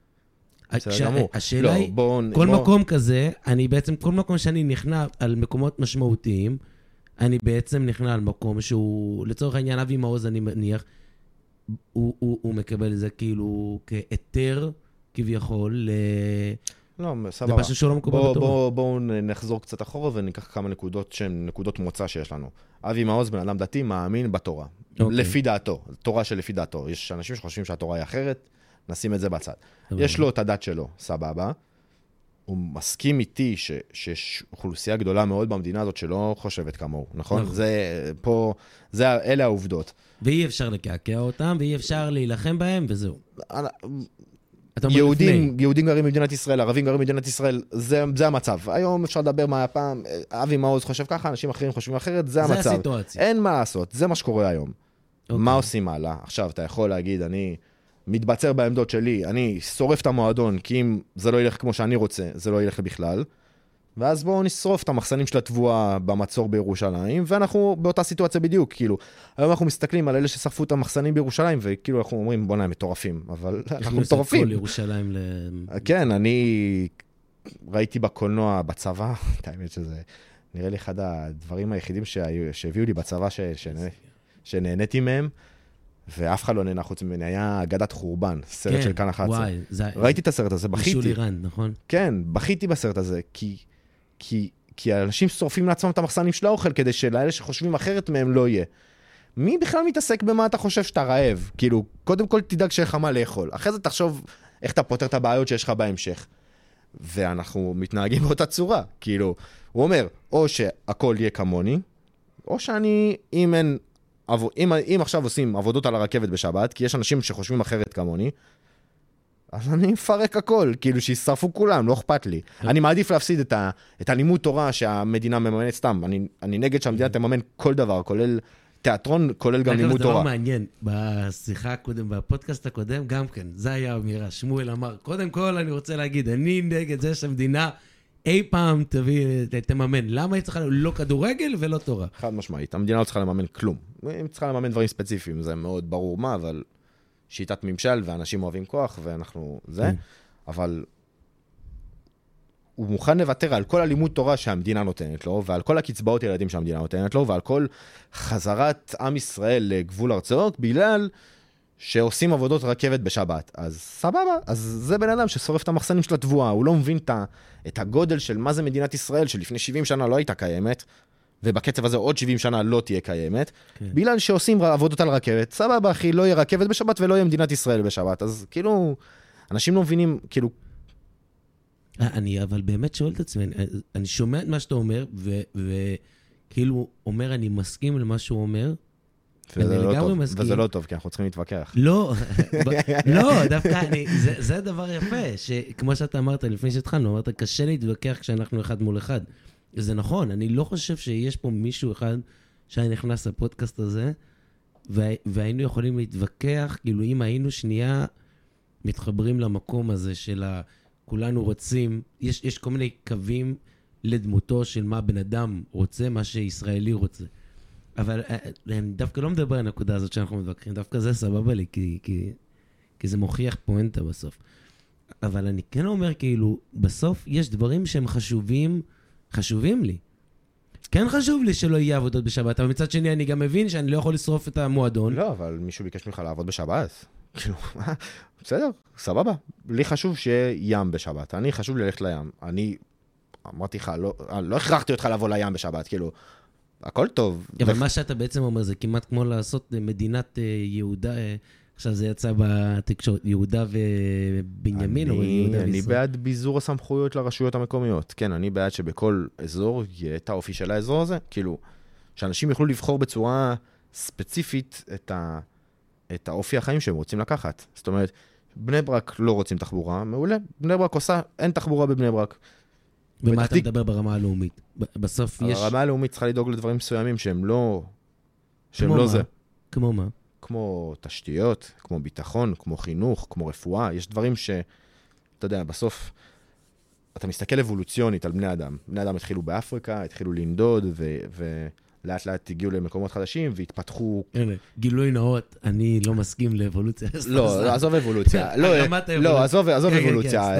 השאלה היא, כל מקום כזה, אני בעצם, כל מקום שאני נכנע על מקומות משמעותיים, אני בעצם נכנע על מקום שהוא, לצורך העניין, אבי מעוז, אני מניח, הוא מקבל את זה כאילו כהיתר, כביכול, ל... לא, סבבה. זה פשוט שהוא לא מקובל בתורה. בואו בוא, בוא נחזור קצת אחורה וניקח כמה נקודות שהן נקודות מוצא שיש לנו. אבי מעוז, בן אדם דתי, מאמין בתורה. Okay. לפי דעתו. תורה שלפי דעתו. יש אנשים שחושבים שהתורה היא אחרת, נשים את זה בצד. Okay. יש לו את הדת שלו, סבבה. הוא מסכים איתי ש, שיש אוכלוסייה גדולה מאוד במדינה הזאת שלא חושבת כמוהו, נכון? נכון. זה, פה, זה, אלה העובדות. ואי אפשר לקעקע אותם, ואי אפשר להילחם בהם, וזהו. יהודים, יהודים גרים במדינת ישראל, ערבים גרים במדינת ישראל, זה, זה המצב. היום אפשר לדבר מה הפעם, אבי מעוז חושב ככה, אנשים אחרים חושבים אחרת, זה, זה המצב. הסיטואציה. אין מה לעשות, זה מה שקורה היום. Okay. מה עושים הלאה? עכשיו, אתה יכול להגיד, אני מתבצר בעמדות שלי, אני שורף את המועדון, כי אם זה לא ילך כמו שאני רוצה, זה לא ילך בכלל. ואז בואו נשרוף את המחסנים של התבואה במצור בירושלים, ואנחנו באותה סיטואציה בדיוק, כאילו, היום אנחנו מסתכלים על אלה ששרפו את המחסנים בירושלים, וכאילו אנחנו אומרים, בוא נהם, מטורפים, אבל אנחנו מטורפים. כל ירושלים ל... כן, אני ראיתי בקולנוע בצבא, את האמת שזה נראה לי אחד הדברים היחידים שהביאו לי בצבא, שנהניתי מהם, ואף אחד לא נהנה חוץ ממני, היה אגדת חורבן, סרט של כאן אחת עשרה. ראיתי את הסרט הזה, בכיתי. שולי רנד, נכון? כן, בכיתי בסרט הזה, כי... כי, כי האנשים שורפים לעצמם את המחסנים של האוכל, כדי שלאלה שחושבים אחרת מהם לא יהיה. מי בכלל מתעסק במה אתה חושב שאתה רעב? כאילו, קודם כל תדאג שיש לך מה לאכול. אחרי זה תחשוב איך אתה פותר את הבעיות שיש לך בהמשך. ואנחנו מתנהגים באותה צורה. כאילו, הוא אומר, או שהכל יהיה כמוני, או שאני, אם אין, אם, אם עכשיו עושים עבודות על הרכבת בשבת, כי יש אנשים שחושבים אחרת כמוני, אז אני מפרק הכל, כאילו שישרפו כולם, לא אכפת לי. אני מעדיף להפסיד את, ה, את הלימוד תורה שהמדינה מממנת סתם. אני, אני נגד שהמדינה תממן כל דבר, כולל תיאטרון, כולל גם לימוד תורה. זה דבר מעניין, בשיחה הקודם, בפודקאסט הקודם, גם כן, זה היה אמירה, שמואל אמר, קודם כל אני רוצה להגיד, אני נגד זה שהמדינה אי פעם תביא, תממן. למה היא צריכה לא כדורגל ולא תורה? חד משמעית, המדינה לא צריכה לממן כלום. היא צריכה לממן דברים ספציפיים, זה מאוד ברור מה, אבל... שיטת ממשל, ואנשים אוהבים כוח, ואנחנו זה, אבל הוא מוכן לוותר על כל הלימוד תורה שהמדינה נותנת לו, ועל כל הקצבאות ילדים שהמדינה נותנת לו, ועל כל חזרת עם ישראל לגבול ארצות, בגלל שעושים עבודות רכבת בשבת. אז סבבה, אז זה בן אדם ששורף את המחסנים של התבואה, הוא לא מבין את הגודל של מה זה מדינת ישראל, שלפני שבעים שנה לא הייתה קיימת, ובקצב הזה עוד שבעים שנה לא תהיה קיימת, כן. בגלל שעושים עבודות על רכבת, סבבה אחי, לא יהיה רכבת בשבת ולא יהיה מדינת ישראל בשבת, אז כאילו, אנשים לא מבינים, כאילו... אני אבל באמת שואל את עצמי, אני, אני שומע את מה שאתה אומר, וכאילו אומר, אני מסכים למה שהוא אומר, וזה לא טוב, מסכים. וזה לא טוב, כי אנחנו צריכים להתווכח. לא, לא, דווקא, אני, זה, זה דבר יפה, שכמו שאתה אמרת, לפני שהתחלנו, אמרת, קשה להתווכח כשאנחנו אחד מול אחד. זה נכון, אני לא חושב שיש פה מישהו אחד שהיה נכנס לפודקאסט הזה, והיינו יכולים להתווכח, כאילו אם היינו שנייה מתחברים למקום הזה של כולנו רוצים, יש, יש כל מיני קווים לדמותו של מה בן אדם רוצה, מה שישראלי רוצה. אבל אני דווקא לא מדבר על הנקודה הזאת שאנחנו מתווכחים, דווקא זה סבבה לי, כי, כי, כי זה מוכיח פואנטה בסוף. אבל אני כן אומר, כאילו, בסוף יש דברים שהם חשובים, חשובים לי. כן חשוב לי שלא יהיה עבודות בשבת, אבל מצד שני אני גם מבין שאני לא יכול לשרוף את המועדון. לא, אבל מישהו ביקש ממך לעבוד בשבת. כאילו, בסדר, סבבה. לי חשוב שיהיה ים בשבת. אני חשוב לי ללכת לים. אני אמרתי לך, לא, לא הכרחתי אותך לבוא לים בשבת, כאילו, הכל טוב. אבל מה שאתה בעצם אומר, זה כמעט כמו לעשות מדינת יהודה, עכשיו זה יצא בתקשורת, יהודה ובנימין, או יהודה וישראל. אני בעד ביזור הסמכויות לרשויות המקומיות. כן, אני בעד שבכל אזור יהיה את האופי של האזור הזה. כאילו, שאנשים יוכלו לבחור בצורה ספציפית את, ה, את האופי החיים שהם רוצים לקחת. זאת אומרת, בני ברק לא רוצים תחבורה, מעולה. בני ברק עושה, אין תחבורה בבני ברק. ומה אתה מדבר ברמה הלאומית? בסוף יש... הרמה הלאומית צריכה לדאוג לדברים מסוימים שהם לא... שהם לא זה. כמו מה? כמו תשתיות, כמו ביטחון, כמו חינוך, כמו רפואה. יש דברים ש... אתה יודע, בסוף... אתה מסתכל אבולוציונית על בני אדם. בני אדם התחילו באפריקה, התחילו לנדוד, ו... ולאט לאט הגיעו למקומות חדשים, והתפתחו... הנה, גילוי נאות, אני לא מסכים לאבולוציה. לא, עזוב אבולוציה. לא, עזוב אבולוציה.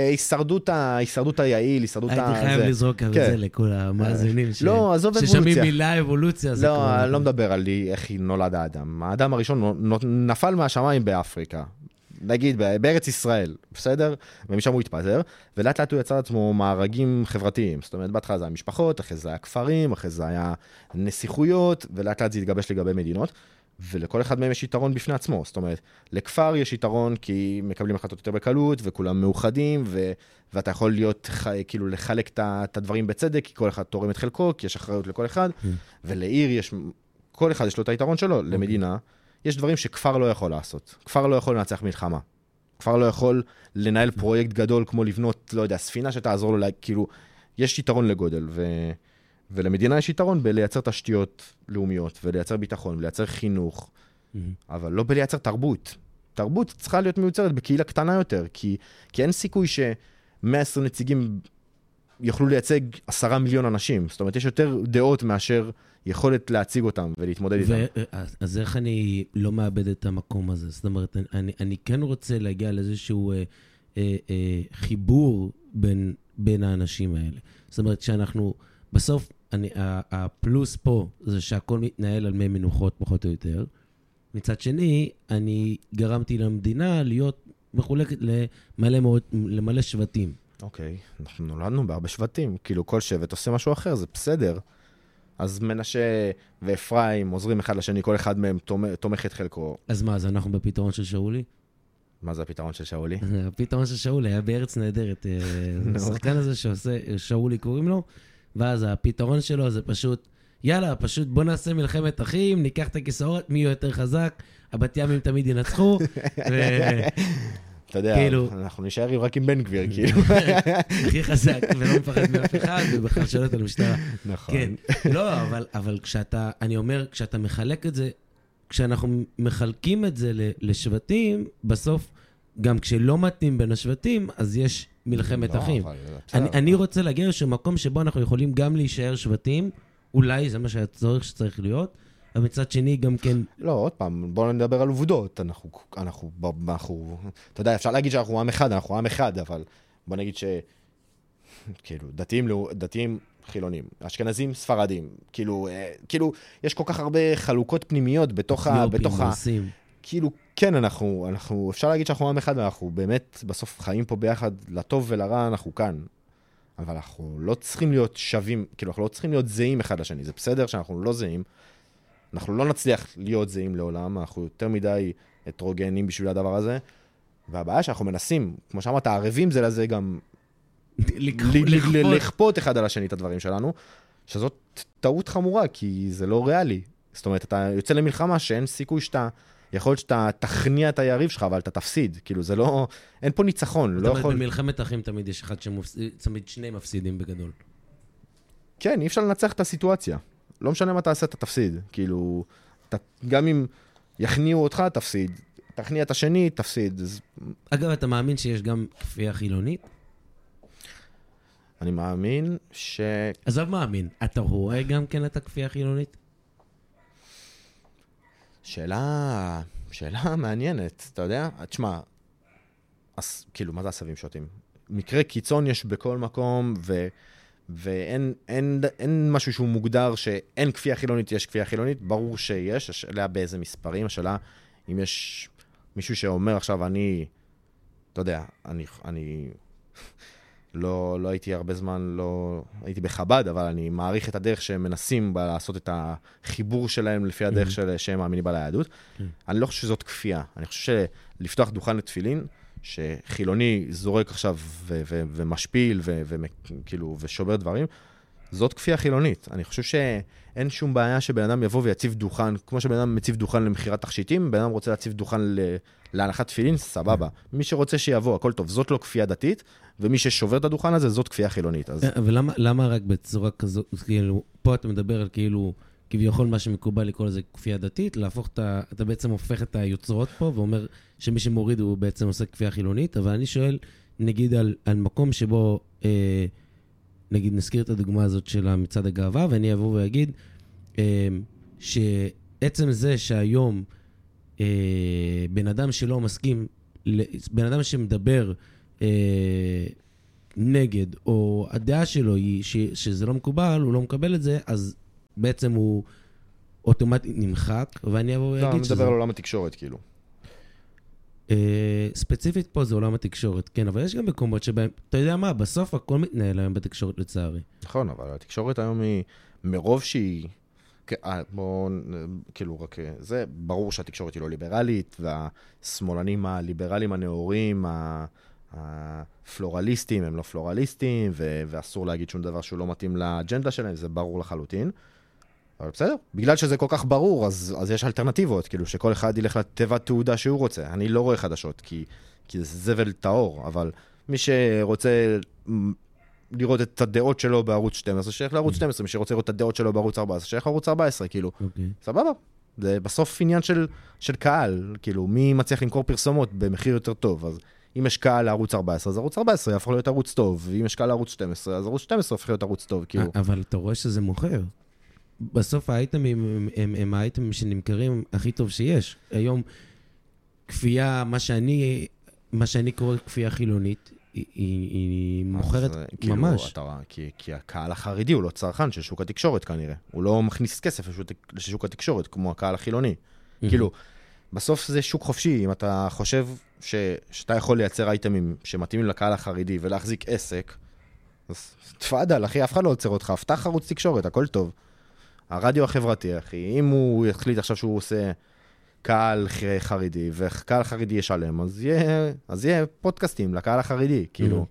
הישרדות היעיל, הישרדות ה... הייתי חייב לזרוק על זה לכל המאזינים ששמים מילה אבולוציה. לא, אני לא מדבר על איך נולד האדם. האדם הראשון נפל מהשמיים באפריקה. נגיד, בארץ ישראל, בסדר? ומשם הוא התפזר, ולאט לאט הוא יצר עצמו מארגים חברתיים. זאת אומרת, בהתחלה זה היה משפחות, אחרי זה היה כפרים, אחרי זה היה נסיכויות, ולאט לאט זה התגבש לגבי מדינות, ולכל אחד מהם יש יתרון בפני עצמו. זאת אומרת, לכפר יש יתרון כי מקבלים החלטות יותר בקלות, וכולם מאוחדים, ו... ואתה יכול להיות, כאילו, לחלק את הדברים בצדק, כי כל אחד תורם את חלקו, כי יש אחריות לכל אחד, ולעיר יש, כל אחד יש לו את היתרון שלו, למדינה. יש דברים שכפר לא יכול לעשות. כפר לא יכול לנצח מלחמה. כפר לא יכול לנהל פרויקט גדול כמו לבנות, לא יודע, ספינה שתעזור לו, כאילו, יש יתרון לגודל, ו... ולמדינה יש יתרון בלייצר תשתיות לאומיות, ולייצר ביטחון, ולייצר חינוך, אבל לא בלייצר תרבות. תרבות צריכה להיות מיוצרת בקהילה קטנה יותר, כי, כי אין סיכוי ש-מאה ועשרים נציגים יוכלו לייצג עשרה מיליון אנשים. זאת אומרת, יש יותר דעות מאשר יכולת להציג אותם ולהתמודד איתם. אז איך אני לא מאבד את המקום הזה? זאת אומרת, אני, אני כן רוצה להגיע לאיזשהו אה, אה, אה, חיבור בין, בין האנשים האלה. זאת אומרת, שאנחנו, בסוף, אני, הפלוס פה זה שהכל מתנהל על מי מנוחות פחות או יותר. מצד שני, אני גרמתי למדינה להיות מחולקת למלא, מאוד, למלא שבטים. אוקיי, אנחנו נולדנו בהרבה שבטים. כאילו, כל שבט עושה משהו אחר, זה בסדר. אז מנשה ואפרים עוזרים אחד לשני, כל אחד מהם תומך את חלקו. אז מה, אז אנחנו בפתרון של שאולי? מה זה הפתרון של שאולי? הפתרון של שאולי היה בארץ נהדרת. השחקן הזה שעושה, שאולי קוראים לו, ואז הפתרון שלו זה פשוט, יאללה, פשוט בוא נעשה מלחמת אחים, ניקח את הכיסאות, מי יותר חזק, הבת ימים תמיד ינצחו. אתה יודע, אנחנו נשאר רק עם בן גביר, כאילו. הכי חזק, ולא מפחד מאף אחד, ובכלל שולט על המשטרה. נכון. כן, לא, אבל כשאתה, אני אומר, כשאתה מחלק את זה, כשאנחנו מחלקים את זה לשבטים, בסוף, גם כשלא מתאים בין השבטים, אז יש מלחמת אחים. אני רוצה להגיע למקום שבו אנחנו יכולים גם להישאר שבטים, אולי זה מה שהצורך שצריך להיות, אבל מצד שני גם כן... לא, עוד פעם, בואו נדבר על עובדות. אנחנו, אנחנו, אנחנו, אתה יודע, אפשר להגיד שאנחנו עם אחד, אנחנו עם אחד, אבל בוא נגיד ש... כאילו, דתיים, דתיים חילונים, אשכנזים, ספרדים, כאילו, כאילו, יש כל כך הרבה חלוקות פנימיות בתוך ה... בתוך ה... כאילו, כן, אנחנו, אנחנו, אפשר להגיד שאנחנו עם אחד, ואנחנו באמת בסוף חיים פה ביחד, לטוב ולרע, אנחנו כאן. אבל אנחנו לא צריכים להיות שווים, כאילו, אנחנו לא צריכים להיות זהים אחד לשני. זה בסדר שאנחנו לא זהים, אנחנו לא נצליח להיות זהים לעולם, אנחנו יותר מדי הטרוגנים בשביל הדבר הזה, והבעיה שאנחנו מנסים, כמו שאמרת, הערבים זה לזה גם לכפות אחד על השני את הדברים שלנו, שזאת טעות חמורה, כי זה לא ריאלי. זאת אומרת, אתה יוצא למלחמה שאין סיכוי שאתה, יכול להיות שאתה תכניע את היריב שלך, אבל אתה תפסיד. כאילו, זה לא, אין פה ניצחון. זאת אומרת, במלחמת אחים תמיד יש אחד שמפסיד, תמיד שני מפסידים בגדול. כן, אי אפשר לנצח את הסיטואציה. לא משנה מה תעשה, אתה תפסיד. כאילו, אתה, גם אם יכניעו אותך, תפסיד. תכניע את השני, תפסיד. אז... אגב, אתה מאמין שיש גם כפייה חילונית? אני מאמין ש... עזוב מאמין, אתה רואה גם כן את הכפייה החילונית? שאלה, שאלה מעניינת, אתה יודע? תשמע, אז, כאילו, מה זה עשבים שוטים? מקרה קיצון יש בכל מקום, ו... ואין אין, אין משהו שהוא מוגדר שאין כפייה חילונית, יש כפייה חילונית, ברור שיש, השאלה באיזה מספרים, השאלה אם יש מישהו שאומר עכשיו, אני, אתה יודע, אני, אני לא, לא הייתי הרבה זמן, לא הייתי בחב"ד, אבל אני מעריך את הדרך שהם מנסים לעשות את החיבור שלהם לפי הדרך של, שהם מאמינים בה ליהדות. אני לא חושב שזאת כפייה, אני חושב שלפתוח דוכן לתפילין, שחילוני זורק עכשיו ו- ו- ומשפיל ו- וכאילו ושובר דברים, זאת כפייה חילונית. אני חושב שאין שום בעיה שבן אדם יבוא ויציב דוכן, כמו שבן אדם מציב דוכן למחירת תכשיטים, בן אדם רוצה להציב דוכן ל- להנחת תפילין, סבבה. מי שרוצה שיבוא, הכל טוב. זאת לא כפייה דתית, ומי ששובר את הדוכן הזה, זאת כפייה חילונית. אז... אבל למה, למה רק בצורה כזאת, כאילו, פה אתה מדבר על כאילו, כביכול מה שמקובל לקרוא לזה כפייה דתית, להפוך את ה... אתה בעצם הופך את היוצרות פה, ואומר שמי שמוריד הוא בעצם עושה כפייה חילונית, אבל אני שואל, נגיד, על, על מקום שבו, אה, נגיד, נזכיר את הדוגמה הזאת של מצעד הגאווה, ואני אבוא ואגיד, אה, שעצם זה שהיום, אה, בן אדם שלא מסכים, בן אדם שמדבר אה, נגד, או הדעה שלו היא ש, שזה לא מקובל, הוא לא מקבל את זה, אז בעצם הוא אוטומטית נמחק, ואני אבוא ואגיד שזה... אתה מדבר על עולם התקשורת, כאילו. ספציפית פה זה עולם התקשורת, כן, אבל יש גם מקומות שבהם, אתה יודע מה, בסוף הכל מתנהל היום בתקשורת לצערי. נכון, אבל התקשורת היום היא מרוב שהיא, בואו, כאילו רק, זה ברור שהתקשורת היא לא ליברלית, והשמאלנים הליברליים הנאורים, הפלורליסטים הם לא פלורליסטים, ואסור להגיד שום דבר שהוא לא מתאים לאג'נדה שלהם, זה ברור לחלוטין. אבל בסדר, בגלל שזה כל כך ברור, אז, אז יש אלטרנטיבות, כאילו שכל אחד ילך לתיבת תעודה שהוא רוצה. אני לא רואה חדשות, כי, כי זה זבל טהור, אבל מי שרוצה לראות את הדעות שלו בערוץ שתים עשרה, שייך לערוץ שתים עשרה, מי שרוצה לראות את הדעות שלו בערוץ ארבע עשרה, שייך לערוץ ארבע עשרה, כאילו, okay. סבבה. זה בסוף עניין של, של קהל, כאילו, מי מצליח למכור פרסומות במחיר יותר טוב, אז אם יש קהל לערוץ ארבע עשרה, אז ערוץ ארבע עשרה יהפוך להיות ערוץ טוב, ואם יש קהל לערוץ שתים עשרה, אז ערוץ שתים עשרה יהפוך להיות ערוץ טוב, כאילו. אבל אתה רואה שזה מוכר. בסוף האייטמים הם, הם, הם האייטמים שנמכרים הכי טוב שיש. היום כפייה, מה שאני, מה שאני קורא כפייה חילונית, היא, היא, היא מוכרת כאילו, ממש. אתה, כי, כי הקהל החרדי הוא לא צרכן של שוק התקשורת כנראה. הוא לא מכניס כסף לשוק התקשורת כמו הקהל החילוני. כאילו, בסוף זה שוק חופשי. אם אתה חושב ש, שאתה יכול לייצר אייטמים שמתאימים לקהל החרדי ולהחזיק עסק, אז תפעדל, אחי, אף אחד לא עוצר אותך. פתח ערוץ תקשורת, הכל טוב. הרדיו החברתי, אחי, אם הוא יחליט עכשיו שהוא עושה קהל חרדי, וקהל חרדי ישלם, אז יהיה, אז יהיה פודקאסטים לקהל החרדי, כאילו.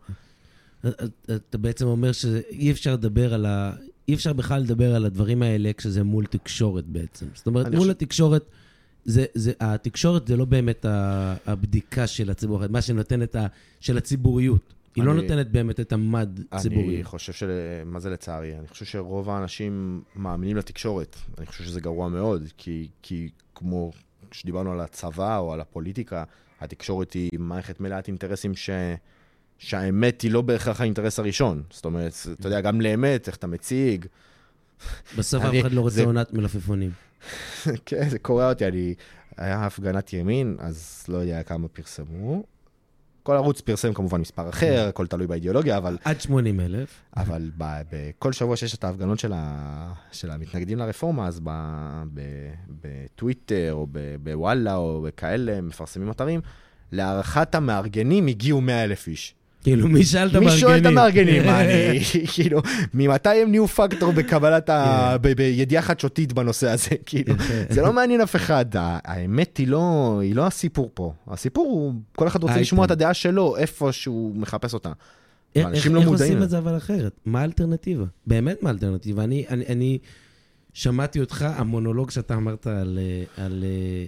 אתה בעצם אומר שאי אפשר לדבר על ה... אי אפשר בכלל לדבר על הדברים האלה כשזה מול תקשורת בעצם. זאת אומרת, מול התקשורת, זה, זה, התקשורת זה לא באמת הבדיקה של הציבור, מה שנותן את ה... של הציבוריות. היא לא נותנת באמת את המד ציבורי. אני חושב של... מה זה לצערי? אני חושב שרוב האנשים מאמינים לתקשורת. אני חושב שזה גרוע מאוד, כי, כי כמו שדיברנו על הצבא או על הפוליטיקה, התקשורת היא מערכת מלאת אינטרסים ש... שהאמת היא לא בהכרח האינטרס הראשון. זאת אומרת, אתה יודע, גם לאמת, איך אתה מציג. בסוף אף אחד לא רוצה עונת מלפפונים. כן, זה קורא אותי. אני... היה הפגנת ימין, אז לא יודע כמה פרסמו. כל ערוץ פרסם כמובן מספר אחר, הכל תלוי באידיאולוגיה, אבל... עד שמונים אלף. אבל בכל שבוע שיש את ההפגנות של, ה... של המתנגדים לרפורמה, אז ב... ב... בטוויטר או ב... בוואלה או בכאלה מפרסמים אתרים, להערכת המארגנים הגיעו מאה אלף איש. כאילו, מי שאל את המארגנים? מי שואל את המארגנים? אני, כאילו, ממתי הם נהיו פקטור בקבלת ה... בידיעה חדשותית בנושא הזה? כאילו, זה לא מעניין אף אחד. האמת היא לא, היא לא הסיפור פה. הסיפור הוא, כל אחד רוצה לשמוע את הדעה שלו, איפה שהוא מחפש אותה. אנשים לא מודעים. איך עושים את זה אבל אחרת? מה האלטרנטיבה? באמת מה האלטרנטיבה? אני, אני, אני שמעתי אותך, המונולוג שאתה אמרת על, על,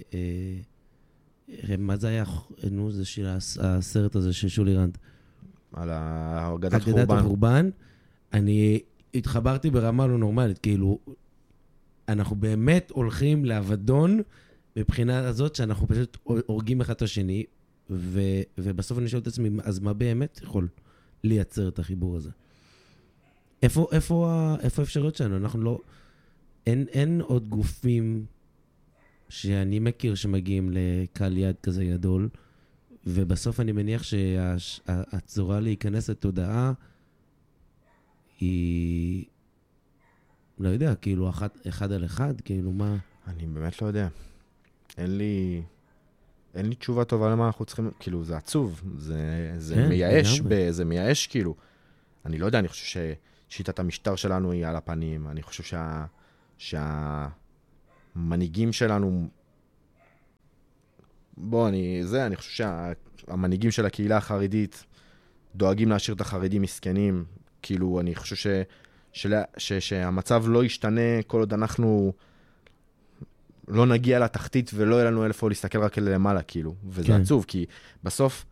מה זה היה? נו, זה של הסרט הזה של שולי רנד. על אגדת חורבן. החורבן. אני התחברתי ברמה לא נורמלית, כאילו, אנחנו באמת הולכים לאבדון, מבחינה הזאת שאנחנו פשוט הורגים אחד את השני, ו, ובסוף אני שואל את עצמי, אז מה באמת יכול לייצר את החיבור הזה? איפה, איפה, איפה האפשרויות שלנו? אנחנו לא, אין, אין עוד גופים שאני מכיר שמגיעים לקהל יד כזה גדול, ובסוף אני מניח שהצורה להיכנס לתודעה היא, לא יודע, כאילו אחד, אחד על אחד, כאילו מה? אני באמת לא יודע. אין לי, אין לי תשובה טובה למה אנחנו צריכים, כאילו זה עצוב, זה, זה כן, מייאש, ב, זה מייאש כאילו. אני לא יודע, אני חושב ששיטת המשטר שלנו היא על הפנים, אני חושב שה, שהמנהיגים שלנו, בוא, אני, זה, אני חושב שהמנהיגים של הקהילה החרדית דואגים להשאיר את החרדים מסכנים, כאילו אני חושב ש, של, ש, שהמצב לא ישתנה כל עוד אנחנו לא נגיע לתחתית ולא יהיה לנו אלף או להסתכל רק למעלה, כאילו. וזה כן. עצוב, כי בסוף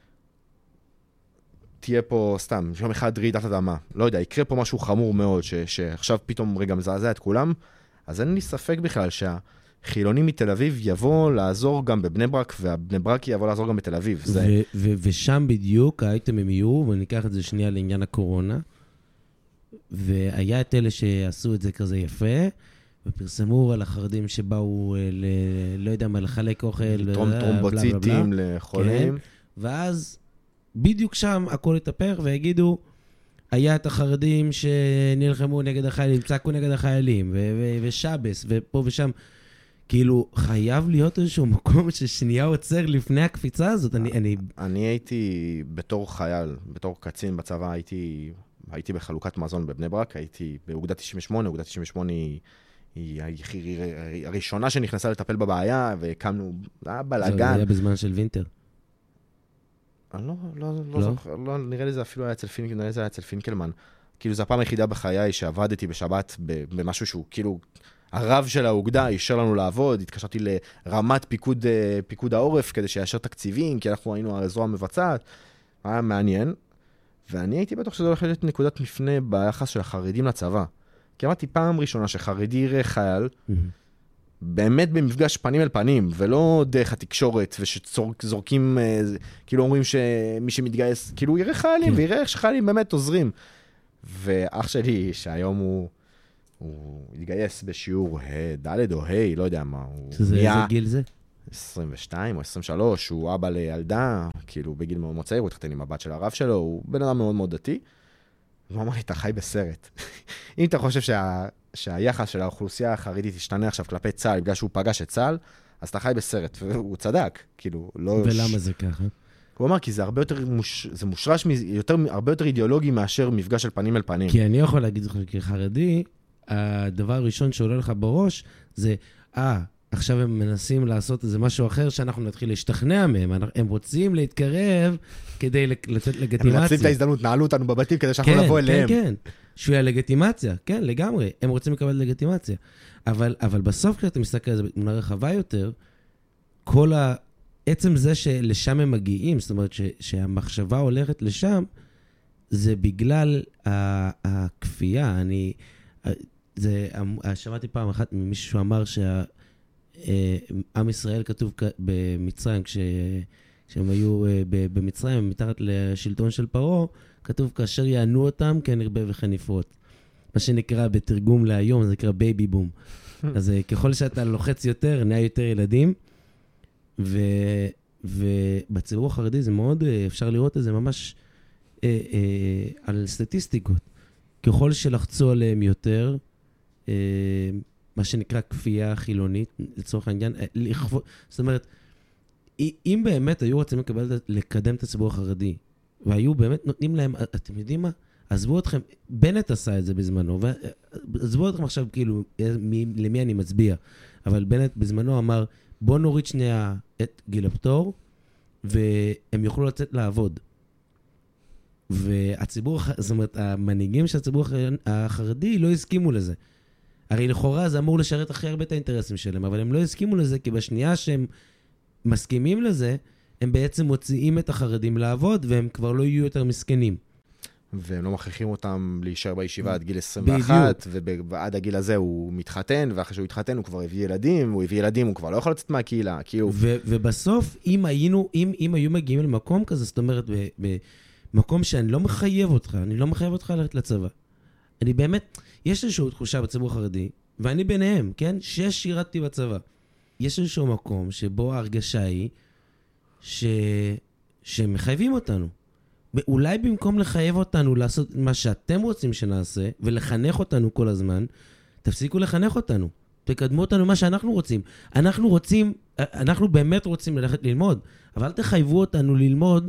תהיה פה סתם, יום אחד רעידת אדמה. לא יודע, יקרה פה משהו חמור מאוד, ש, שעכשיו פתאום רגע מזעזע את כולם, אז אין לי ספק בכלל שהחילונים מתל אביב יבוא לעזור גם בבני ברק, והבני ברק יבוא לעזור גם בתל אביב. זה... ו- ו- ושם בדיוק האייטמים יהיו, ואני אקח את זה שנייה לעניין הקורונה, והיה את אלה שעשו את זה כזה יפה, ופרסמו על החרדים שבאו, ל, לא יודע מה, לחלק אוכל. לתרום טרומבוציטים לחולים. כן. ואז בדיוק שם הכל יתהפך, ויגידו, היה את החרדים שנלחמו נגד החיילים, צעקו נגד החיילים, ו- ו- ושבס, ופה ושם. כאילו, חייב להיות איזשהו מקום ששנייה עוצר לפני הקפיצה הזאת. אני, אני... אני הייתי בתור חייל, בתור קצין בצבא, הייתי, הייתי בחלוקת מזון בבני ברק, הייתי באוגדה תשעים ושמונה, אוגדה תשעים ושמונה היא... היא הראשונה שנכנסה לטפל בבעיה, והקמנו, היה בלגן. זה היה בזמן של וינטר. אני לא, לא, לא זוכר, לא, נראה לי זה אפילו היה אצל פינקלמן, נראה לי זה היה אצל פינקלמן. כאילו, זו הפעם היחידה בחיי שעבדתי בשבת במשהו שהוא, כאילו, הרב של האוגדה אישר לנו לעבוד, התקשרתי לרמת פיקוד, פיקוד העורף, כדי שיאשר תקציבים, כי אנחנו היינו הזרוע המבצעת. היה מעניין, ואני הייתי בטוח שזה הולך להיות נקודת מפנה ביחס של החרדים לצבא. כי אמרתי פעם ראשונה שחרדי יראה חייל, באמת במפגש פנים אל פנים, ולא דרך התקשורת, ושזורקים, כאילו אומרים שמי שמתגייס, כאילו יראה חיילים, ויראה איך שחיילים באמת עוזרים. ואח שלי, שהיום הוא, הוא התגייס בשיעור ד' או ה', לא יודע מה, הוא איזה גיל זה? עשרים ושתיים או עשרים ושלוש, הוא אבא לילדה, כאילו בגיל מאוד מאוד צעיר, הוא התחתן עם הבת של הרב שלו, הוא בן אדם מאוד מאוד דתי, והוא אמר לי, אתה חי בסרט. אם אתה חושב שה, שהיחס של האוכלוסייה החרדית ישתנה עכשיו כלפי צה"ל, בגלל שהוא פגש את צה"ל, אז אתה חי בסרט, והוא צדק, כאילו, לא... ולמה זה ככה? הוא אמר, כי זה הרבה יותר, מוש... זה מושרש, יותר, הרבה יותר אידיאולוגי מאשר מפגש של פנים אל פנים. כי אני יכול להגיד לך, כחרדי, הדבר הראשון שעולה לך בראש, זה, אה, עכשיו הם מנסים לעשות איזה משהו אחר, שאנחנו נתחיל להשתכנע מהם, הם רוצים להתקרב כדי לתת לגיטימציה. הם מנצלים את ההזדמנות, נעלו אותנו בבתים כדי שאנחנו כן, נבוא אליהם. כן, כן, שהוא יהיה לגיטימציה, כן, לגמרי, הם רוצים לקבל לגיטימציה. אבל, אבל בסוף כשאתה מסתכל על זה בתמונה רחבה יותר, כל ה... עצם זה שלשם הם מגיעים, זאת אומרת ש, שהמחשבה הולכת לשם, זה בגלל הכפייה. אני, זה, שמעתי פעם אחת ממישהו שאמר שה... עם ישראל כתוב במצרים, כש, כשהם היו במצרים, מתחת לשלטון של פרעה, כתוב כאשר יענו אותם, כן ירבה וכן יפרוט. מה שנקרא בתרגום להיום, זה נקרא בייבי בום. אז ככל שאתה לוחץ יותר, נהיה יותר ילדים, ו, ובציבור החרדי זה מאוד, אפשר לראות את זה ממש אה, אה, על סטטיסטיקות. ככל שלחצו עליהם יותר, אה, מה שנקרא כפייה חילונית, לצורך העניין, לכבוד, זאת אומרת, אם באמת היו רוצים לקבל, לקדם את הציבור החרדי, והיו באמת נותנים להם, אתם יודעים מה? עזבו אתכם, בנט עשה את זה בזמנו, ועזבו אתכם עכשיו כאילו, מי, למי אני מצביע, אבל בנט בזמנו אמר, בוא נוריד שנייה את גיל הפטור, והם יוכלו לצאת לעבוד. והציבור, זאת אומרת, המנהיגים של הציבור החרדי לא הסכימו לזה. הרי לכאורה זה אמור לשרת הכי הרבה את האינטרסים שלהם, אבל הם לא הסכימו לזה, כי בשנייה שהם מסכימים לזה, הם בעצם מוציאים את החרדים לעבוד, והם כבר לא יהיו יותר מסכנים. והם לא מכריחים אותם להישאר בישיבה עד גיל עשרים ואחת, ועד הגיל הזה הוא מתחתן, ואחרי שהוא התחתן הוא כבר הביא ילדים, הוא הביא ילדים, הוא כבר לא יכול לצאת מהקהילה, כאילו... ובסוף, אם היינו, אם היו מגיעים למקום כזה, זאת אומרת, במקום שאני לא מחייב אותך, אני לא מחייב אותך ללכת לצבא. אני באמת, יש איזושהי תחושה בציבור החרדי, ואני ביניהם, כן? ששירתתי בצבא. יש איזשהו מקום שבו ההרגשה היא ש... שמחייבים אותנו. ואולי במקום לחייב אותנו לעשות מה שאתם רוצים שנעשה, ולחנך אותנו כל הזמן, תפסיקו לחנך אותנו. תקדמו אותנו מה שאנחנו רוצים. אנחנו רוצים, אנחנו באמת רוצים ללכת ללמוד, אבל אל תחייבו אותנו ללמוד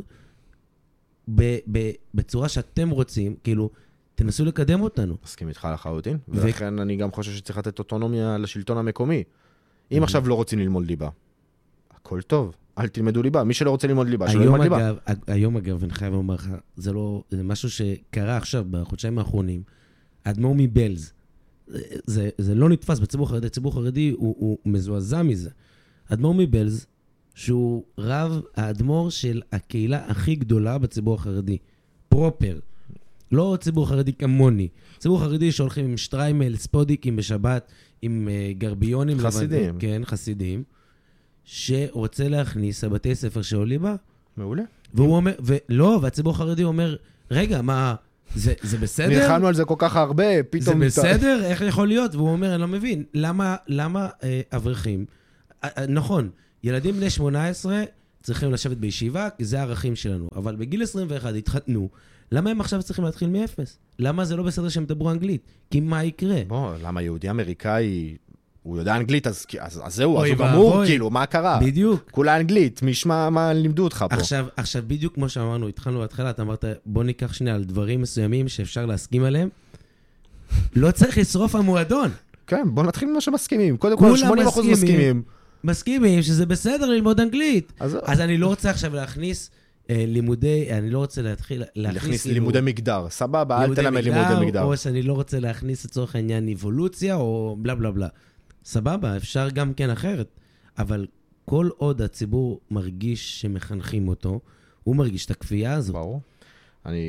ב- ב- בצורה שאתם רוצים, כאילו, תנסו לקדם אותנו. מסכים איתך לחלוטין, ולכן אני גם חושב שצריך לתת אוטונומיה לשלטון המקומי. אם עכשיו לא רוצים ללמוד ליבה, הכל טוב. אל תלמדו ליבה. מי שלא רוצה ללמוד ליבה, שלא ילמד ליבה. היום אגב, אני חייב לומר לך, זה לא, זה משהו שקרה עכשיו, בחודשיים האחרונים, האדמו"ר מבלז, זה, זה לא נתפס בציבור חרדי, ציבור חרדי הוא, הוא מזועזע מזה. האדמו"ר מבלז, שהוא רב האדמו"ר של הקהילה הכי גדולה בציבור החרדי, פרופר. לא ציבור חרדי כמוני, ציבור חרדי שהולכים עם שטריימל, ספודיקים בשבת, עם uh, גרביונים. חסידים. לבד, כן, חסידים. שרוצה להכניס לבתי ספר של ליבה. מעולה. והוא אומר, ולא, והציבור החרדי אומר, רגע, מה, זה, זה בסדר? נלחמנו על זה כל כך הרבה, פתאום... זה בסדר? איך יכול להיות? והוא אומר, אני לא מבין, למה, למה אה, אברכים? אה, נכון, ילדים בני שמונה עשרה צריכים לשבת בישיבה, כי זה הערכים שלנו, אבל בגיל עשרים ואחת התחתנו, למה הם עכשיו צריכים להתחיל מאפס? למה זה לא בסדר שהם דברו אנגלית? כי מה יקרה? בוא, למה יהודי אמריקאי... הוא יודע אנגלית, אז, אז, אז זהו, אז הוא גמור, כאילו, מה קרה? בדיוק. כולה אנגלית, משמע מה לימדו אותך פה. עכשיו, עכשיו, בדיוק כמו שאמרנו, התחלנו בהתחלה, אתה אמרת, בוא ניקח שנייה על דברים מסוימים שאפשר להסכים עליהם. לא צריך לשרוף המועדון. כן, בוא נתחיל ממה שמסכימים. קודם כל, שמונים אחוז מסכימים. מסכימים שזה בסדר ללמוד אנגלית. אז, אז אני לא רוצה עכשיו להכניס אה, לימודי, אני לא רוצה להתחיל, להכניס לימודי מגדר. סבבה, אל תלמד לימודי מגדר. או שאני לא רוצה להכניס לצורך העניין אבולוציה, או בלה בלה בלה. סבבה, אפשר גם כן אחרת, אבל כל עוד הציבור מרגיש שמחנכים אותו, הוא מרגיש את הכפייה הזו. ברור. אני,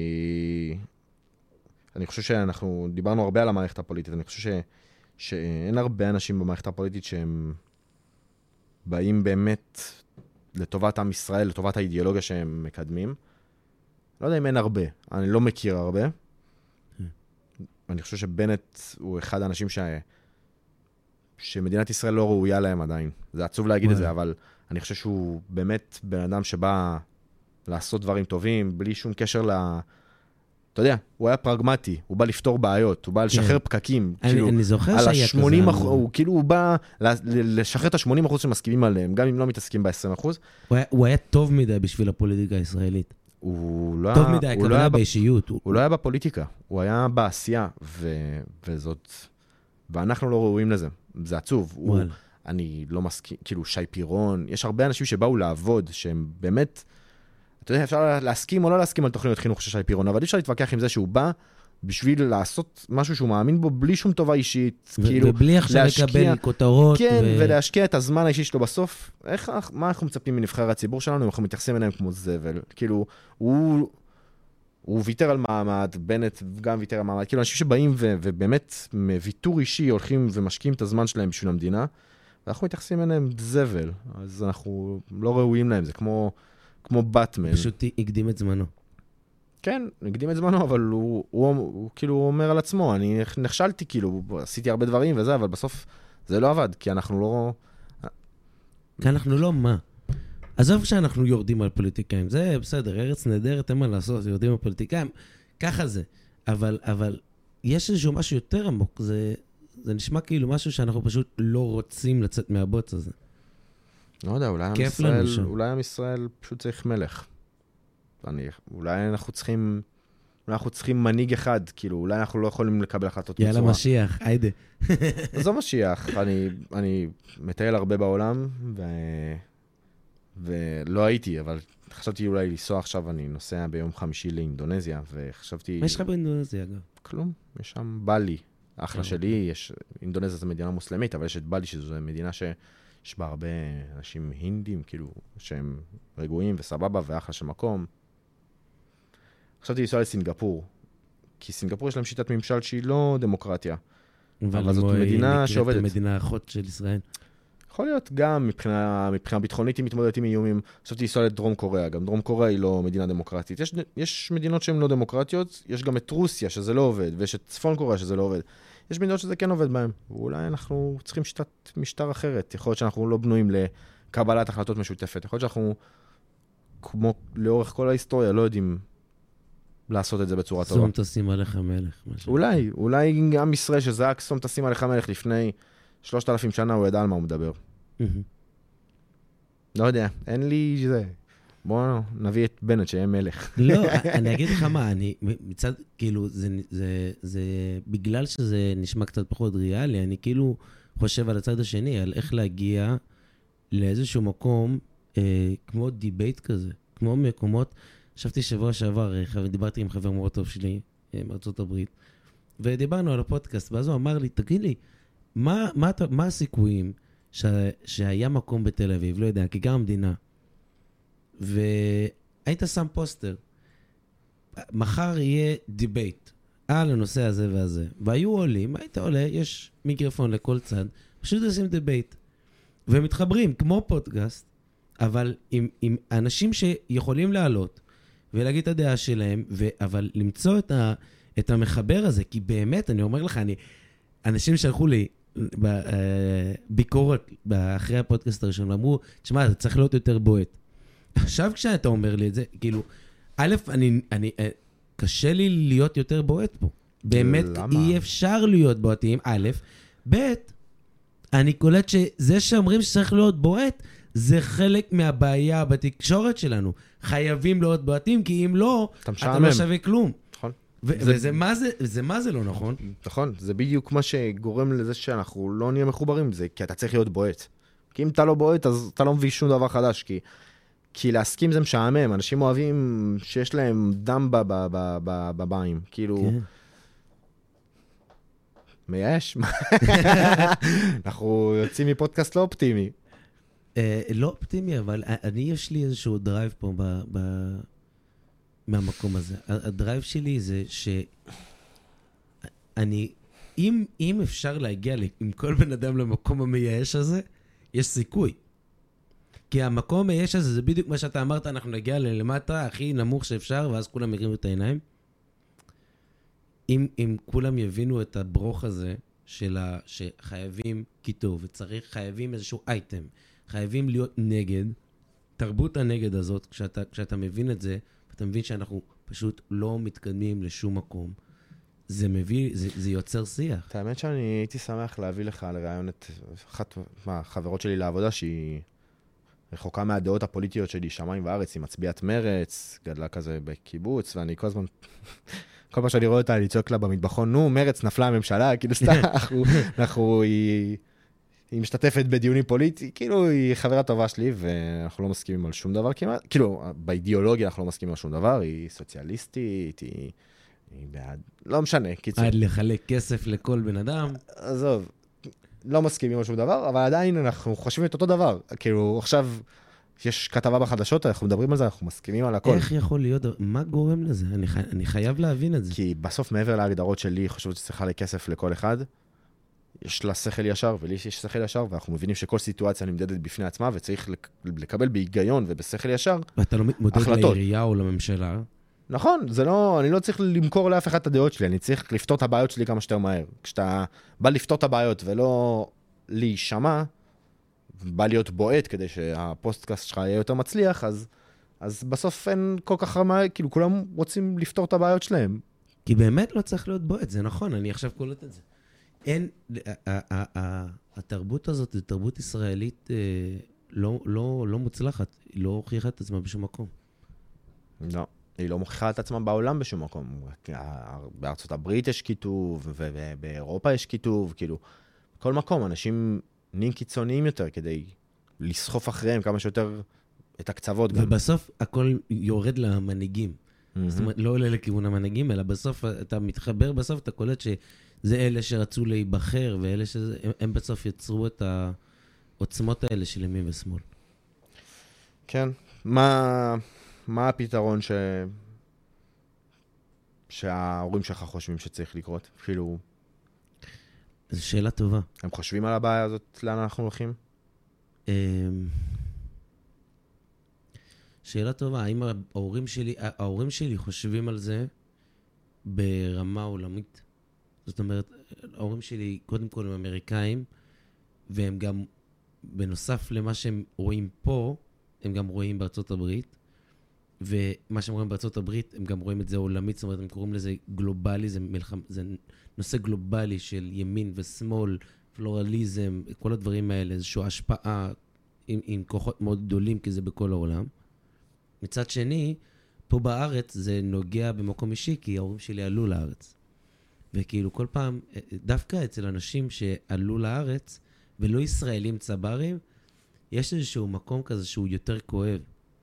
אני חושב שאנחנו דיברנו הרבה על המערכת הפוליטית, אני חושב ש... שאין הרבה אנשים במערכת הפוליטית שהם באים באמת לטובת עם ישראל, לטובת האידיאולוגיה שהם מקדמים. לא יודע אם אין הרבה, אני לא מכיר הרבה. אני חושב שבנט הוא אחד האנשים ש... שמדינת ישראל לא ראויה להם עדיין. זה עצוב להגיד את זה, אבל אני חושב שהוא באמת בן אדם שבא לעשות דברים טובים, בלי שום קשר ל... אתה יודע, הוא היה פרגמטי, הוא בא לפתור בעיות, הוא בא לשחרר פקקים. אני זוכר שהיה כזה. הוא כאילו הוא בא לשחרר את ה-שמונים אחוז שמסכימים עליהם, גם אם לא מתעסקים ב-עשרים אחוז. הוא היה טוב מדי בשביל הפוליטיקה הישראלית. טוב מדי, כוונה באישיות. הוא לא היה בפוליטיקה, הוא היה בעשייה, וזאת... ואנחנו לא ראויים לזה. זה עצוב. הוא, אני לא מסכים, כאילו שי פירון, יש הרבה אנשים שבאו לעבוד, שהם באמת, אתה יודע, אפשר להסכים או לא להסכים על תוכניות חינוך של שי פירון, אבל אי אפשר להתווכח עם זה שהוא בא בשביל לעשות משהו שהוא מאמין בו, בלי שום טובה אישית, ו- כאילו, ובלי עכשיו לקבל כותרות. כן, ו... ולהשקיע את הזמן האישי שלו בסוף. איך, מה אנחנו מצפים מנבחרי הציבור שלנו, אנחנו מתייחסים אליהם כמו זבל. כאילו, הוא... הוא ויתר על מעמד, בנט גם ויתר על מעמד, כאילו אנשים שבאים ו- ובאמת מוויתור אישי הולכים ומשקיעים את הזמן שלהם בשביל המדינה, ואנחנו מתייחסים אליהם זבל, אז אנחנו לא ראויים להם, זה כמו, כמו בטמן. פשוט הקדים את זמנו. כן, הקדים את זמנו, אבל הוא, הוא, הוא, הוא כאילו אומר על עצמו, אני נכשלתי כאילו, עשיתי הרבה דברים וזה, אבל בסוף זה לא עבד, כי אנחנו לא... כי אנחנו לא מה? עזוב שאנחנו יורדים על פוליטיקאים, זה בסדר, ארץ נהדרת, אין מה לעשות, יורדים על פוליטיקאים, ככה זה. אבל, אבל יש איזשהו משהו יותר עמוק, זה, זה נשמע כאילו משהו שאנחנו פשוט לא רוצים לצאת מהבוץ הזה. לא יודע, אולי עם ישראל, אולי עם ישראל פשוט צריך מלך. אני, אולי אנחנו צריכים, אולי אנחנו צריכים מנהיג אחד, כאילו, אולי אנחנו לא יכולים לקבל החלטות בצורה. יאללה משיח, היידה. זו משיח, אני, אני מטייל הרבה בעולם, ו... ולא הייתי, אבל חשבתי אולי לנסוע עכשיו, אני נוסע ביום חמישי לאינדונזיה, וחשבתי... מה יש לך באינדונזיה, אגב? כלום, יש שם בלי. אחלה שלי, יש... אינדונזיה זו מדינה מוסלמית, אבל יש את בלי, שזו מדינה שיש בה הרבה אנשים הינדים, כאילו, שהם רגועים וסבבה, ואחלה של מקום. חשבתי לנסוע לסינגפור, כי סינגפור יש להם שיטת ממשל שהיא לא דמוקרטיה. אבל זאת מדינה שעובדת. המדינה האחות של ישראל. יכול להיות גם מבחינה, מבחינה ביטחונית היא מתמודדת עם איומים. חשבתי לנסוע לדרום קוריאה, גם דרום קוריאה היא לא מדינה דמוקרטית. יש, יש מדינות שהן לא דמוקרטיות, יש גם את רוסיה שזה לא עובד, ויש את צפון קוריאה שזה לא עובד. יש מדינות שזה כן עובד בהן, ואולי אנחנו צריכים שיטת משטר אחרת. יכול להיות שאנחנו לא בנויים לקבלת החלטות משותפת. יכול להיות שאנחנו, כמו לאורך כל ההיסטוריה, לא יודעים לעשות את זה בצורה טובה. סום תשים עליך מלך. אולי, אולי גם ישראל שזה רק סום תשים עליך מלך לפני שלושת אלפים שנה, הוא ידע על מה הוא מדבר. לא יודע, אין לי זה. בואו נביא את בנט שיהיה מלך. לא, אני אגיד לך מה, אני מצד, כאילו, זה בגלל שזה נשמע קצת פחות ריאלי, אני כאילו חושב על הצד השני, על איך להגיע לאיזשהו מקום, כמו דיבייט כזה, כמו מקומות, חשבתי שבוע שעבר, דיברתי עם חבר מאוד טוב שלי, מארצות הברית, ודיברנו על הפודקאסט, ואז הוא אמר לי, תגיד לי, מה, מה, מה הסיכויים ש, שהיה מקום בתל אביב, לא יודע, כיכר המדינה, והיית שם פוסטר, מחר יהיה דיבייט על הנושא הזה והזה, והיו עולים, היית עולה, יש מיקרופון לכל צד, פשוט עושים דיבייט, ומתחברים כמו פודקאסט, אבל עם, עם אנשים שיכולים לעלות, ולהגיד את הדעה שלהם, ו, אבל למצוא את, ה, את המחבר הזה, כי באמת, אני אומר לך, אני, אנשים שלחו לי ביקורת אחרי הפודקאסט הראשון, אמרו, תשמע, זה צריך להיות יותר בועט. עכשיו כשאתה אומר לי את זה, כאילו, א', אני, אני, קשה לי להיות יותר בועט פה. באמת, אי אפשר להיות בועטים, א', ב', אני קולט שזה שאומרים שצריך להיות בועט, זה חלק מהבעיה בתקשורת שלנו. חייבים להיות בועטים, כי אם לא, אתה לא שווה כלום. נכון. וזה מה זה, זה מה זה לא נכון? נכון, זה בדיוק מה שגורם לזה שאנחנו לא נהיה מחוברים לזה, כי אתה צריך להיות בועט. כי אם אתה לא בועט, אז אתה לא מביא שום דבר חדש, כי, כי להסכים זה משעמם, אנשים אוהבים שיש להם דם בביים, כאילו... מייאש? אנחנו יוצאים מפודקאסט לא אופטימי. לא אופטימי, אבל אני יש לי איזשהו דרייב פה מהמקום הזה. הדרייב שלי זה שאני, אם, אם אפשר להגיע עם כל בן אדם למקום המייאש הזה, יש סיכוי. כי המקום המייאש הזה זה בדיוק מה שאתה אמרת, אנחנו נגיע ללמטה הכי נמוך שאפשר, ואז כולם מרימו את העיניים. אם, אם כולם יבינו את הברוך הזה של ה, שחייבים כיתוב, וצריך, חייבים איזשהו אייטם, חייבים להיות נגד, תרבות הנגד הזאת, כשאתה, כשאתה מבין את זה, אתה מבין שאנחנו פשוט לא מתקדמים לשום מקום. זה מביא, זה, זה יוצר שיח. את האמת שאני הייתי שמח להביא לך לרעיון את אחת מהחברות שלי לעבודה, שהיא רחוקה מהדעות הפוליטיות שלי, שמיים וארץ, היא מצביעת מרץ, גדלה כזה בקיבוץ, ואני כל הזמן... כל פעם שאני רואה אותה, אני צועק לה במטבחון, נו, מרץ נפלה הממשלה, כאילו סתם, אנחנו, אנחנו, היא, היא משתתפת בדיונים פוליטיים, כאילו היא חברה טובה שלי, ואנחנו לא מסכימים על שום דבר כמעט, כאילו, באידיאולוגיה אנחנו לא מסכימים על שום דבר, היא סוציאליסטית, היא, היא בעד, לא משנה, קיצור. עד לחלק כסף לכל בן אדם. עזוב, לא מסכימים על שום דבר, אבל עדיין אנחנו חושבים את אותו דבר, כאילו, עכשיו... יש כתבה בחדשות, אנחנו מדברים על זה, אנחנו מסכימים על הכל. איך יכול להיות? מה גורם לזה? אני, חי... אני חייב להבין את זה. כי בסוף מעבר להגדרות שלי, חושבת שצריכה לכסף לכל אחד, יש לה שכל ישר, ולי יש שכל ישר, ואנחנו מבינים שכל סיטואציה נמדדת בפני עצמה, וצריך לקבל בהיגיון ובשכל ישר החלטות. ואתה לא מתמודד לעירייה או לממשלה. נכון, זה לא, אני לא צריך למכור לאף אחד את הדעות שלי, אני צריך לפתור את הבעיות שלי כמה שיותר מהר. כשאתה בא לפתור את הבעיות ולא להישמע, בא להיות בועט כדי שהפוסטקאסט שלך יהיה יותר מצליח, אז, אז בסוף אין כל כך רמה, כאילו כולם רוצים לפתור את הבעיות שלהם. כי באמת לא צריך להיות בועט, זה נכון, אני עכשיו קולט את זה. אין, התרבות הזאת, זו תרבות ישראלית לא, לא, לא מוצלחת, היא לא הוכיחה את עצמה בשום מקום. לא, היא לא מוכיחה את עצמה בעולם בשום מקום. בארצות הברית יש כיתוב, ובאירופה יש כיתוב, כאילו, בכל מקום אנשים... נהיים קיצוניים יותר כדי לסחוף אחריהם כמה שיותר את הקצוות גם. ובסוף הכל יורד למנהיגים. Mm-hmm. זאת אומרת, לא עולה לכיוון המנהיגים, אלא בסוף אתה מתחבר, בסוף אתה קולט שזה אלה שרצו להיבחר, ואלה שהם בסוף יצרו את העוצמות האלה של ימין ושמאל. כן. מה, מה הפתרון ש... שההורים שלך חושבים שצריך לקרות? כאילו... זו שאלה טובה. הם חושבים על הבעיה הזאת, לאן אנחנו הולכים? שאלה טובה, האם ההורים שלי, ההורים שלי חושבים על זה ברמה עולמית? זאת אומרת, ההורים שלי קודם כל הם אמריקאים, והם גם, בנוסף למה שהם רואים פה, הם גם רואים בארצות הברית, ומה שהם רואים בארצות הברית, הם גם רואים את זה עולמית, זאת אומרת, הם קוראים לזה גלובלי, זה, מלחם, זה נושא גלובלי של ימין ושמאל, פלורליזם, כל הדברים האלה, איזושהי השפעה עם, עם כוחות מאוד גדולים, כי זה בכל העולם. מצד שני, פה בארץ זה נוגע במקום אישי, כי ההורים שלי עלו לארץ. וכאילו כל פעם, דווקא אצל אנשים שעלו לארץ, ולא ישראלים צברים, יש איזשהו מקום כזה שהוא יותר כואב.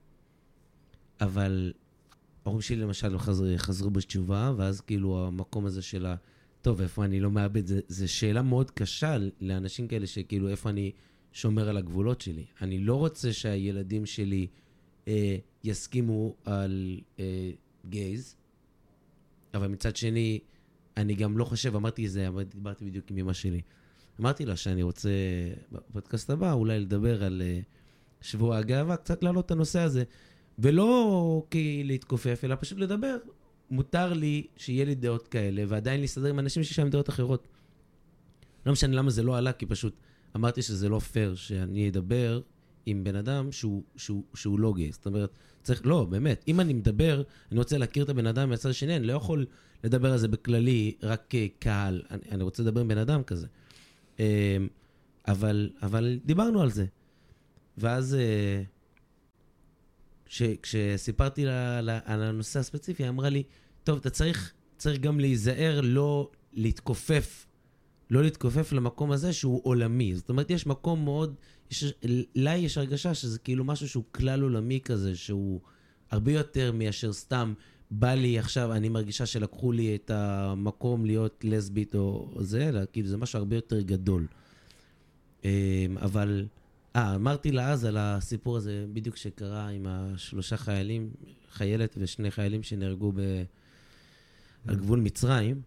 אבל ההורים שלי למשל חזרו, חזרו בתשובה, ואז כאילו המקום הזה של ה... טוב, איפה אני לא מאבד? זה, זה שאלה מאוד קשה לאנשים כאלה שכאילו איפה אני שומר על הגבולות שלי. אני לא רוצה שהילדים שלי אה, יסכימו על אה, גייז, אבל מצד שני, אני גם לא חושב, אמרתי זה, דיברתי בדיוק עם אמא שלי. אמרתי לה שאני רוצה בפודקאסט הבא אולי לדבר על אה, שבוע הגאווה, קצת להעלות את הנושא הזה. ולא כי להתכופף, אלא פשוט לדבר. מותר לי שיהיה לי דעות כאלה, ועדיין להסתדר עם אנשים שיש להם דעות אחרות. לא משנה למה זה לא עלה, כי פשוט אמרתי שזה לא פייר שאני אדבר עם בן אדם שהוא, שהוא, שהוא לא גי. זאת אומרת, צריך, לא, באמת, אם אני מדבר, אני רוצה להכיר את הבן אדם מהצד השני, אני לא יכול לדבר על זה בכללי, רק כקהל. אני, אני רוצה לדבר עם בן אדם כזה. אבל, אבל דיברנו על זה. ואז... כשסיפרתי לה, לה, על הנושא הספציפי, היא אמרה לי, טוב, אתה צריך, צריך גם להיזהר, לא להתכופף, לא להתכופף למקום הזה שהוא עולמי. זאת אומרת, יש מקום מאוד, יש, לה יש הרגשה שזה כאילו משהו שהוא כלל עולמי כזה, שהוא הרבה יותר מאשר סתם, בא לי עכשיו, אני מרגישה שלקחו לי את המקום להיות לסבית או, או זה, אלא כאילו זה משהו הרבה יותר גדול. אבל... אה, אמרתי לה אז על הסיפור הזה, בדיוק שקרה עם השלושה חיילים, חיילת ושני חיילים שנהרגו ב... על גבול מצרים.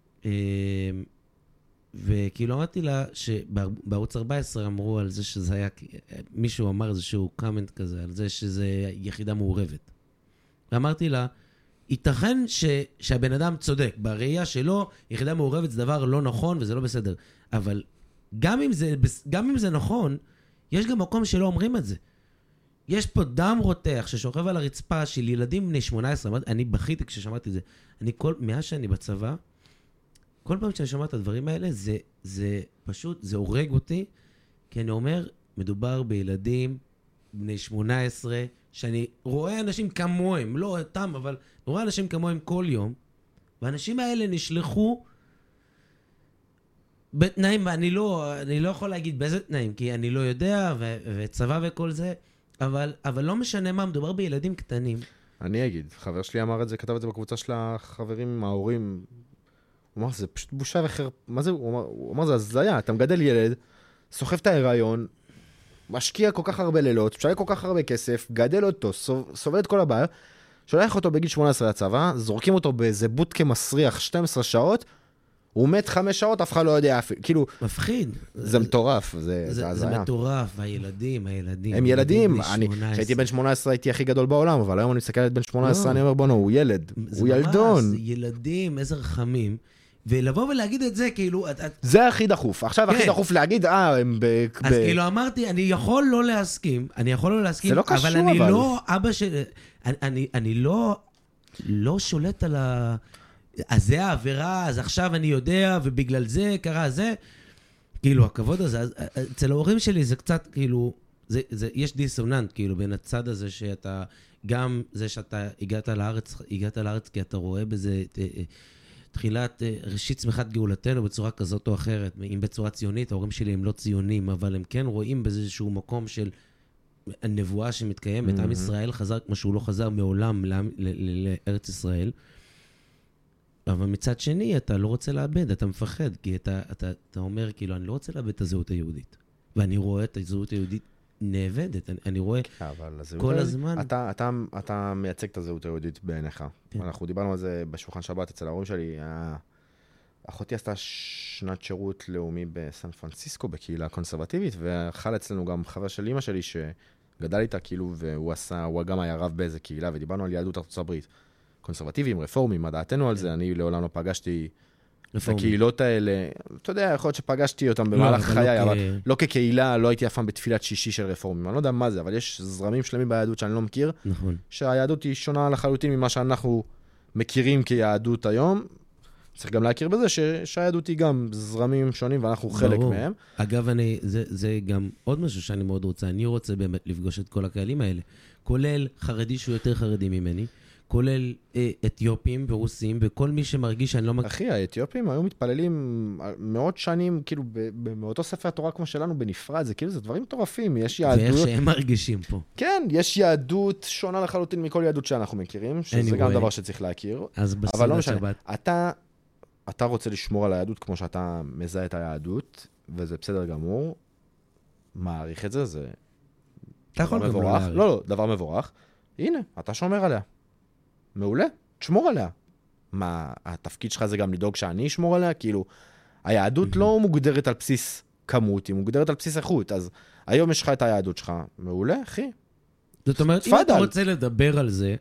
וכאילו אמרתי לה שבערוץ ארבע עשרה אמרו על זה שזה היה, מישהו אמר איזשהו קומנט כזה, על זה שזה יחידה מעורבת. ואמרתי לה, ייתכן ש... שהבן אדם צודק, בראייה שלו, יחידה מעורבת זה דבר לא נכון וזה לא בסדר. אבל גם אם זה, גם אם זה נכון, יש גם מקום שלא אומרים את זה. יש פה דם רותח ששוכב על הרצפה של ילדים בני שמונה עשרה, אני בכיתי כששמעתי את זה. אני כל, מאז שאני בצבא, כל פעם שאני שומע את הדברים האלה, זה, זה פשוט, זה הורג אותי, כי אני אומר, מדובר בילדים בני שמונה עשרה, שאני רואה אנשים כמוהם, לא אותם, אבל אני רואה אנשים כמוהם כל יום, והאנשים האלה נשלחו בתנאים, ואני לא, אני לא יכול להגיד באיזה תנאים, כי אני לא יודע, ו- וצבא וכל זה, אבל, אבל לא משנה מה, מדובר בילדים קטנים. אני אגיד, חבר שלי אמר את זה, כתב את זה בקבוצה של החברים, ההורים, הוא אמר, זה פשוט בושה וחרפה, מה זה? הוא אמר, הוא אמר, זה הזיה, אתה מגדל ילד, סוחב את ההיריון, משקיע כל כך הרבה לילות, משקיע כל כך הרבה כסף, גדל אותו, סובל את כל הבעיה, שולח אותו בגיל שמונה עשרה לצבא, זורקים אותו באיזה בוטקה מסריח שתים עשרה שעות, הוא מת חמש שעות, אף אחד לא יודע, כאילו... מפחיד. זה מטורף, זה זה, זה, זה מטורף, הילדים, הילדים. הם ילדים, אני, כשהייתי בן שמונה עשרה הייתי הכי גדול בעולם, אבל היום אני מסתכל על בן שמונה עשרה, אני אומר, בונו, הוא ילד, הוא ילדון. זה ילדים, איזה רחמים, ולבוא ולהגיד את זה, כאילו... זה הכי דחוף, עכשיו הכי דחוף להגיד, אה, הם ב... אז כאילו אמרתי, אני יכול לא להסכים, אני יכול לא להסכים, זה לא קשור, אבל אני לא, אבא של... אני לא, לא שולט על ה... אז זה העבירה, אז עכשיו אני יודע, ובגלל זה קרה זה, כאילו, הכבוד הזה, אצל ההורים שלי זה קצת, כאילו, זה, זה, יש דיסוננט, כאילו, בין הצד הזה שאתה, גם זה שאתה הגעת לארץ, הגעת לארץ כי אתה רואה בזה תחילת, ראשית צמיחת גאולתנו בצורה כזאת או אחרת, אם בצורה ציונית, ההורים שלי הם לא ציונים, אבל הם כן רואים באיזשהו מקום של הנבואה שמתקיימת, עם ישראל חזר כמו שהוא לא חזר מעולם לארץ ישראל, אבל מצד שני, אתה לא רוצה לאבד, אתה מפחד, כי אתה, אתה, אתה אומר, כאילו, אני לא רוצה לאבד את הזהות היהודית. ואני רואה את הזהות היהודית נאבדת. אני, אני רואה כל הזמן... אתה, אתה, אתה מייצג את הזהות היהודית בעיניך. כן. אנחנו דיברנו על זה בשולחן שבת אצל ההורים שלי. אחותי עשתה שנת שירות לאומי בסן פרנסיסקו, בקהילה קונסרבטיבית, ואכל אצלנו גם חבר של אמא שלי שגדל איתה, כאילו, והוא עשה, הוא גם היה רב באיזה קהילה, ודיברנו על יהדות ארצות הברית. קונסרבטיביים, רפורמים, מה דעתנו על זה, אני לעולם לא פגשתי את הקהילות האלה, אתה יודע, יכול להיות שפגשתי אותם במהלך חיי, אבל לא כקהילה, לא הייתי אף פעם בתפילת שישי של רפורמים, אני לא יודע מה זה, אבל יש זרמים שלמים ביהדות שאני לא מכיר, שהיהדות היא שונה לחלוטין ממה שאנחנו מכירים כיהדות היום, צריך גם להכיר בזה שהיהדות היא גם זרמים שונים ואנחנו חלק מהם. אגב, זה גם עוד משהו שאני מאוד רוצה, אני רוצה באמת לפגוש את כל הקהלים האלה, כולל חרדי שהוא יותר חרדי ממני, כולל אה, אתיופים ורוסים, וכל מי שמרגיש שאני לא... אחי, האתיופים היו מתפללים מאות שנים, כאילו, מאותו ספר התורה כמו שלנו, בנפרד, זה כאילו, זה דברים מטורפים, יש יהדות... ואיך שהם מרגישים פה. כן, יש יהדות שונה לחלוטין מכל יהדות שאנחנו מכירים, שזה גם דבר שצריך להכיר. אז בסדר שבת. אתה, אתה רוצה לשמור על היהדות כמו שאתה מזהה את היהדות, וזה בסדר גמור, מעריך את זה, זה... דבר מבורך. לא, לא, דבר מבורך. הנה, אתה שומר עליה. מעולה, תשמור עליה. מה, התפקיד שלך זה גם לדאוג שאני אשמור עליה? כאילו, היהדות לא מוגדרת על בסיס כמות, היא מוגדרת על בסיס איכות, אז היום יש לך את היהדות שלך. מעולה, אחי. זאת אומרת, אם אתה רוצה לדבר על זה,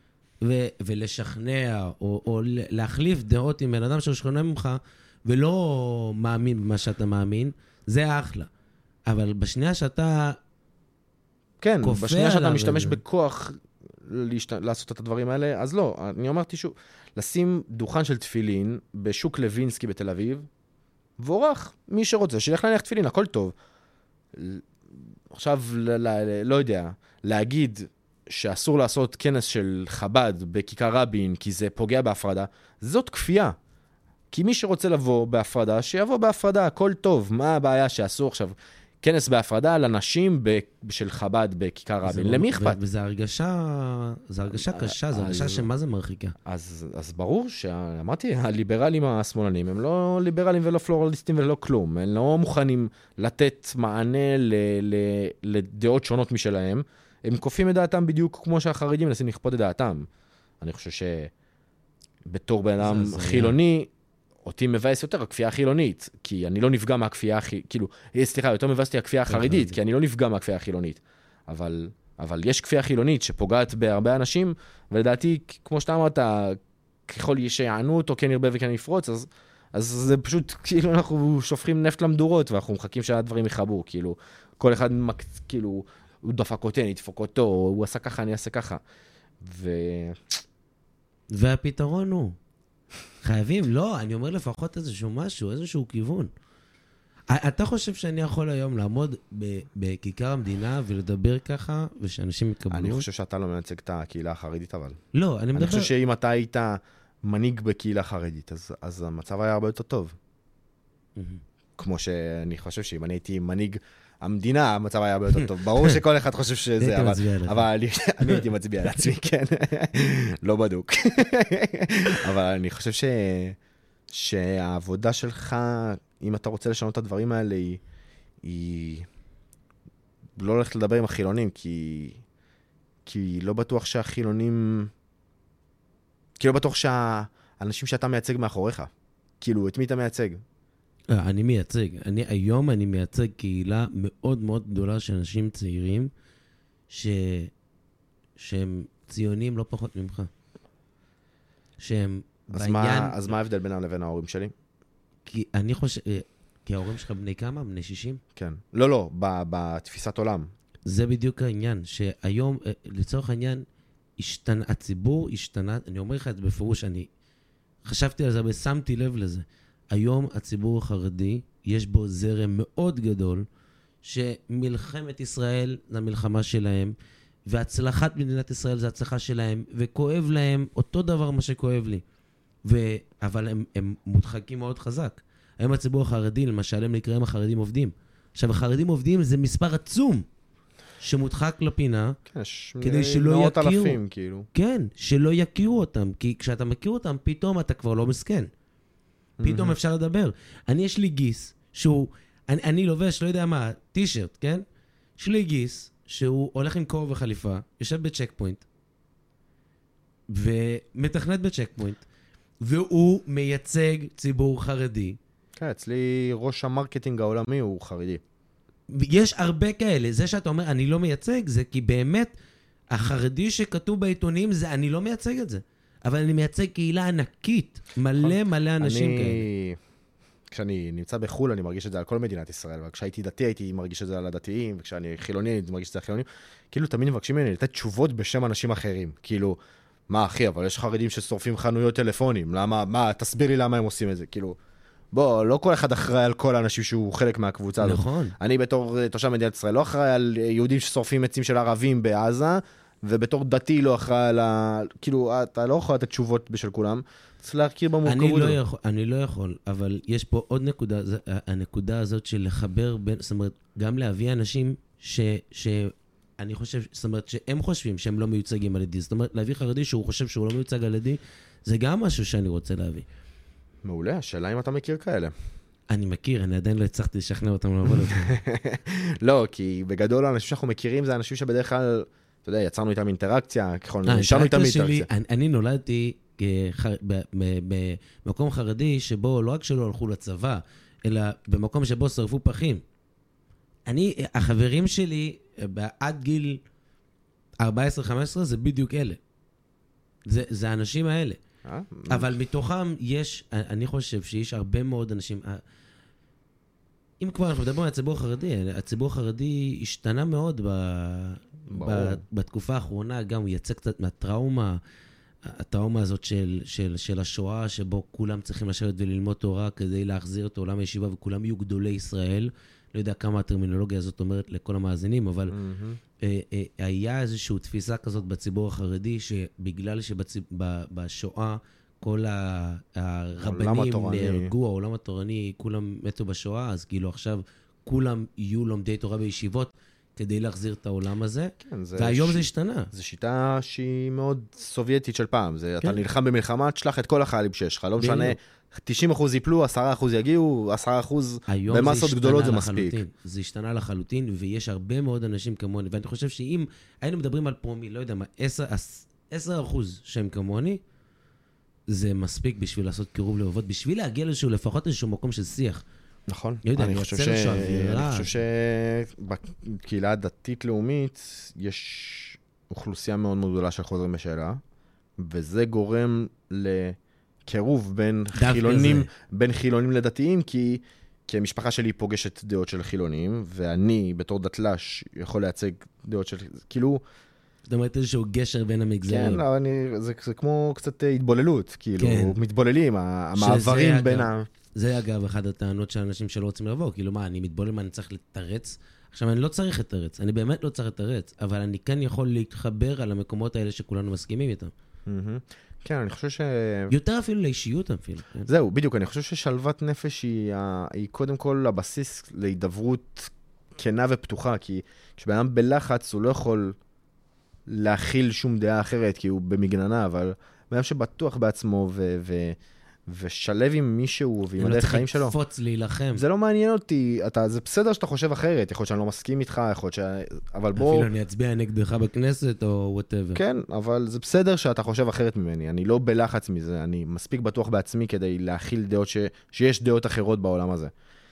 ולשכנע, או להחליף דעות עם בן אדם ששכנע ממך, ולא מאמין במה שאתה מאמין, זה אחלה. אבל בשנייה שאתה... כן, בשנייה שאתה משתמש בכוח... להשת... לעשות את הדברים האלה, אז לא, אני אמרתי שוב, לשים דוכן של תפילין בשוק לוינסקי בתל אביב, ואורך, מי שרוצה, שילך להניח תפילין, הכל טוב. עכשיו, ל- ל- לא יודע, להגיד שאסור לעשות כנס של חב"ד בכיכר רבין, כי זה פוגע בהפרדה, זאת כפייה. כי מי שרוצה לבוא בהפרדה, שיבוא בהפרדה, הכל טוב. מה הבעיה שאסור עכשיו? כנס בהפרדה לנשים של חב"ד בכיכר רבין. למי אכפת? וזה הרגשה, זה הרגשה קשה, זה הרגשה שמה זה מרחיקה. אז, אז ברור שאמרתי, הליברלים השמאלנים הם לא ליברלים ולא פלורליסטים ולא כלום. הם לא מוכנים לתת מענה ל, ל, לדעות שונות משלהם. הם קופים את דעתם בדיוק כמו שהחרדים מנסים לכפות את דעתם. אני חושב שבתור בן אדם חילוני, אותי מבאס יותר הכפייה החילונית, כי אני לא נפגע מהכפייה, כאילו, סליחה, יותר מבאסתי הכפייה החרדית, כי אני לא נפגע מהכפייה החילונית. אבל, אבל יש כפייה חילונית שפוגעת בהרבה אנשים, ולדעתי, כמו שאתה אמרת, ככל שיענו אותו, כן ירבה וכן יפרוץ, אז, אז זה פשוט, כאילו, אנחנו שופכים נפט למדורות, ואנחנו מחכים שהדברים יחבו, כאילו, כל אחד, כאילו, הוא דפק אותי, אני אדפוק אותו, הוא עשה ככה, אני אעשה ככה. ו... והפתרון הוא... חייבים, לא, אני אומר לפחות איזשהו משהו, איזשהו כיוון. אתה חושב שאני יכול היום לעמוד בכיכר המדינה ולדבר ככה, ושאנשים יקבלו? אני חושב שאתה לא מייצג את הקהילה החרדית, אבל... לא, אני מדבר... אני חושב שאם אתה היית מנהיג בקהילה חרדית, אז, אז המצב היה הרבה יותר טוב. כמו שאני חושב שאם אני הייתי מנהיג המדינה, המצב היה הרבה יותר טוב. ברור שכל אחד חושב שזה, אבל, אבל אני, אני הייתי מצביע על עצמי, כן. לא בדוק. אבל אני חושב ש, שהעבודה שלך, אם אתה רוצה לשנות את הדברים האלה, היא, היא לא הולכת לדבר עם החילונים, כי, כי לא בטוח שהחילונים, כי לא בטוח שהאנשים שאתה מייצג מאחוריך, כאילו, את מי אתה מייצג? אני מייצג. אני, היום אני מייצג קהילה מאוד מאוד גדולה של אנשים צעירים, ש... שהם ציונים לא פחות ממך. שהם אז בעניין... מה, אז מה ההבדל בינם לבין ההורים שלי? כי אני חושב... כי ההורים שלך בני כמה? בני שישים? כן. לא, לא, בתפיסת עולם. זה בדיוק העניין, שהיום, לצורך העניין, השתנה, הציבור השתנה, אני אומר לך את זה בפירוש, אני חשבתי על זה, אבל שמתי לב לזה. היום הציבור החרדי, יש בו זרם מאוד גדול, שמלחמת ישראל זה המלחמה שלהם, והצלחת מדינת ישראל זה הצלחה שלהם, וכואב להם אותו דבר מה שכואב לי. ו... אבל הם, הם מודחקים מאוד חזק. היום הציבור החרדי, למשל, הם נקראים החרדים עובדים. עכשיו, החרדים עובדים זה מספר עצום, שמודחק לפינה, כן, ש... כדי שלא יכירו. אלפים, כאילו. כן, שלא יכירו אותם, כי כשאתה מכיר אותם, פתאום אתה כבר לא מסכן. פתאום אפשר לדבר. אני, יש לי גיס, שהוא, אני, אני לובש, לא יודע מה, טישרט, כן? יש לי גיס, שהוא הולך עם קור וחליפה, יושב בצ'ק פוינט, ומתכנת בצ'ק פוינט, והוא מייצג ציבור חרדי. כן, אצלי ראש המרקטינג העולמי הוא חרדי. יש הרבה כאלה. זה שאתה אומר, אני לא מייצג, זה כי באמת, החרדי שכתוב בעיתונים, זה אני לא מייצג את זה. אבל אני מייצג קהילה ענקית, מלא מלא אנשים אני... כאלה. כשאני נמצא בחול, אני מרגיש את זה על כל מדינת ישראל, וכשהייתי דתי, הייתי מרגיש את זה על הדתיים, וכשאני חילוני, אני מרגיש את זה על חילונים. כאילו, תמיד מבקשים ממני לתת תשובות בשם אנשים אחרים. כאילו, מה אחי, אבל יש חרדים ששורפים חנויות טלפונים, למה, מה, תסביר לי למה הם עושים את זה, כאילו, בוא, לא כל אחד אחראי על כל האנשים שהוא חלק מהקבוצה הזאת. נכון. אני בתור תושב מדינת ישראל לא אחראי על יהודים ששורפים עצים של ערבים בעזה, ובתור דתי לא אחראי על ה... כאילו, אתה לא יכול לתת תשובות בשל כולם, צריך להכיר במורכבות. אני לא יכול, אני לא יכול, אבל יש פה עוד נקודה, זה, הנקודה הזאת של לחבר בין, זאת אומרת, גם להביא אנשים ש... ש אני חושב, זאת אומרת, שהם חושבים שהם לא מיוצגים על ידי. זאת אומרת, להביא חרדי שהוא חושב שהוא לא מיוצג על ידי, זה גם משהו שאני רוצה להביא. מעולה, השאלה אם אתה מכיר כאלה. אני מכיר, אני עדיין לא הצלחתי לשכנע אותם לעבוד אותם. לא, כי בגדול האנשים שאנחנו מכירים זה אנשים שבדרך כלל, אתה יודע, יצרנו איתם אינטראקציה, ככל נשארנו איתם אינטראקציה. אני נולדתי במקום חרדי שבו לא רק שלא הלכו לצבא, אלא במקום שבו שרפו פחים. אני, החברים שלי, עד גיל ארבע עשרה חמש עשרה, זה בדיוק אלה. זה, זה האנשים האלה. אבל מתוכם יש, אני חושב שיש הרבה מאוד אנשים, אם כבר אנחנו מדברים על הציבור החרדי, הציבור החרדי השתנה מאוד ב, ב, בתקופה האחרונה, גם הוא יצא קצת מהטראומה, הטראומה הזאת של, של, של השואה, שבו כולם צריכים לשבת וללמוד תורה כדי להחזיר את עולם הישיבה, וכולם יהיו גדולי ישראל. לא יודע כמה הטרמינולוגיה הזאת אומרת לכל המאזינים, אבל mm-hmm. אה, אה, היה איזושהי תפיסה כזאת בציבור החרדי, שבגלל שבשואה כל הרבנים נהרגו, העולם התורני, כולם מתו בשואה, אז כאילו עכשיו כולם יהיו לומדי תורה בישיבות, כדי להחזיר את העולם הזה, כן, זה והיום ש... זה השתנה. זו שיטה שהיא מאוד סובייטית של פעם, זה, כן. אתה נלחם במלחמה, תשלח את כל החיילים שיש לך, לא משנה, תשעים אחוז ייפלו, עשרה אחוז יגיעו, עשרה אחוז במסות גדולות זה מספיק. זה השתנה לחלוטין, ויש הרבה מאוד אנשים כמוני, ואני חושב שאם היינו מדברים על פרומיל, לא יודע מה, עשרה אחוז שהם כמוני, זה מספיק בשביל לעשות קירוב לבבות, בשביל להגיע לאיזשהו, לפחות איזשהו מקום של שיח. נכון. לא יודע, אני חושב ש... אני חושב שבקהילה הדתית-לאומית יש אוכלוסייה מאוד מאוד גדולה של חוזרים בשאלה, וזה גורם לקירוב בין חילונים, בין חילונים לדתיים, כי, כי המשפחה שלי פוגשת דעות של חילונים, ואני בתור דתל"ש יכול לייצג דעות של... כאילו... זאת אומרת איזשהו גשר בין המגזרים. כן, לא, אני, זה, זה כמו קצת התבוללות, כאילו, כן. מתבוללים, המעברים בין ה... זה אגב אחד הטענות של אנשים שלא רוצים לבוא, כאילו מה, אני מתבולל מה, אני צריך לתרץ? עכשיו, אני לא צריך לתרץ, אני באמת לא צריך לתרץ, אבל אני כן יכול להתחבר על המקומות האלה שכולנו מסכימים איתם. כן, אני חושב ש... יותר אפילו לאישיות אפילו. זהו, בדיוק, אני חושב ששלוות נפש היא, היא קודם כל הבסיס להידברות כנה ופתוחה, כי כשבאדם בלחץ הוא לא יכול להכיל שום דעה אחרת, כי הוא במגננה, אבל באדם שבטוח בעצמו ו... ו... ושלב עם מישהו ועם הדרך חיים שלו. לא צריך לקפוץ להילחם. זה לא מעניין אותי, אתה, זה בסדר שאתה חושב אחרת, יכול להיות שאני לא מסכים איתך, יכול להיות ש... אבל בוא... אפילו אני אצביע נגדך בכנסת או whatever. כן, אבל זה בסדר שאתה חושב אחרת ממני, אני לא בלחץ מזה, אני מספיק בטוח בעצמי כדי להכיל דעות ש... שיש דעות אחרות בעולם הזה.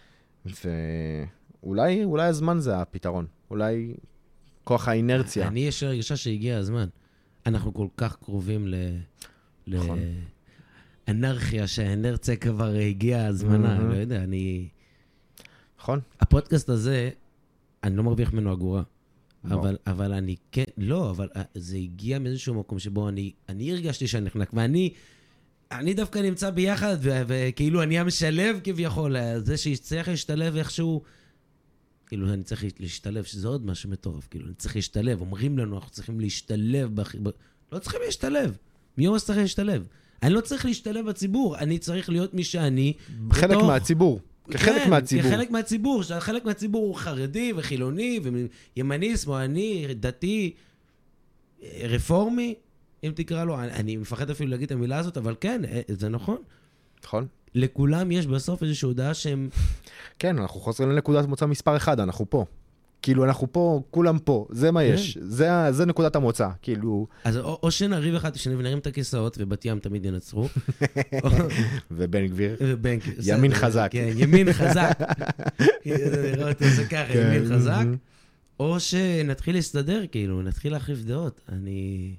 ואולי, אולי הזמן זה הפתרון, אולי כוח האינרציה. אני יש הרגשה שהגיע הזמן. אנחנו כל כך קרובים ל... נכון. ל... אנרכיה שהאנרציה כבר הגיעה הזמנה, לא יודע, אני... נכון. הפודקאסט הזה, אני לא מרוויח ממנו אגורה, אבל, אבל אני כן, לא, אבל זה הגיע מאיזשהו מקום שבו אני, אני הרגשתי שאני נחנק, ואני, אני דווקא נמצא ביחד, וכאילו אני המשלב כביכול, זה שצריך להשתלב איכשהו, כאילו אני צריך להשתלב, שזה עוד משהו מטורף, כאילו אני צריך להשתלב, אומרים לנו, אנחנו צריכים להשתלב, לא צריכים להשתלב, מי אומר שצריך להשתלב? אני לא צריך להשתלב בציבור, אני צריך להיות מי שאני... חלק בתוך... מהציבור, כחלק כן, מהציבור. כחלק מהציבור, חלק מהציבור הוא חרדי וחילוני וימני, שמאלני, דתי, רפורמי, אם תקרא לו, אני, אני מפחד אפילו להגיד את המילה הזאת, אבל כן, זה נכון. נכון. לכולם יש בסוף איזושהי הודעה שהם... כן, אנחנו חוזרים לנקודת מוצא מספר אחד, אנחנו פה. כאילו, אנחנו פה, כולם פה, זה מה יש, זה, זה נקודת המוצא, כאילו... אז או, או שנריב אחד, שנרים את הכיסאות, ובת ים תמיד ינצרו. ובן גביר. ובן גביר. ימין חזק. כן, ימין חזק. לראות את זה ככה, ימין חזק. או שנתחיל להסתדר, כאילו, נתחיל להחליף דעות. אני...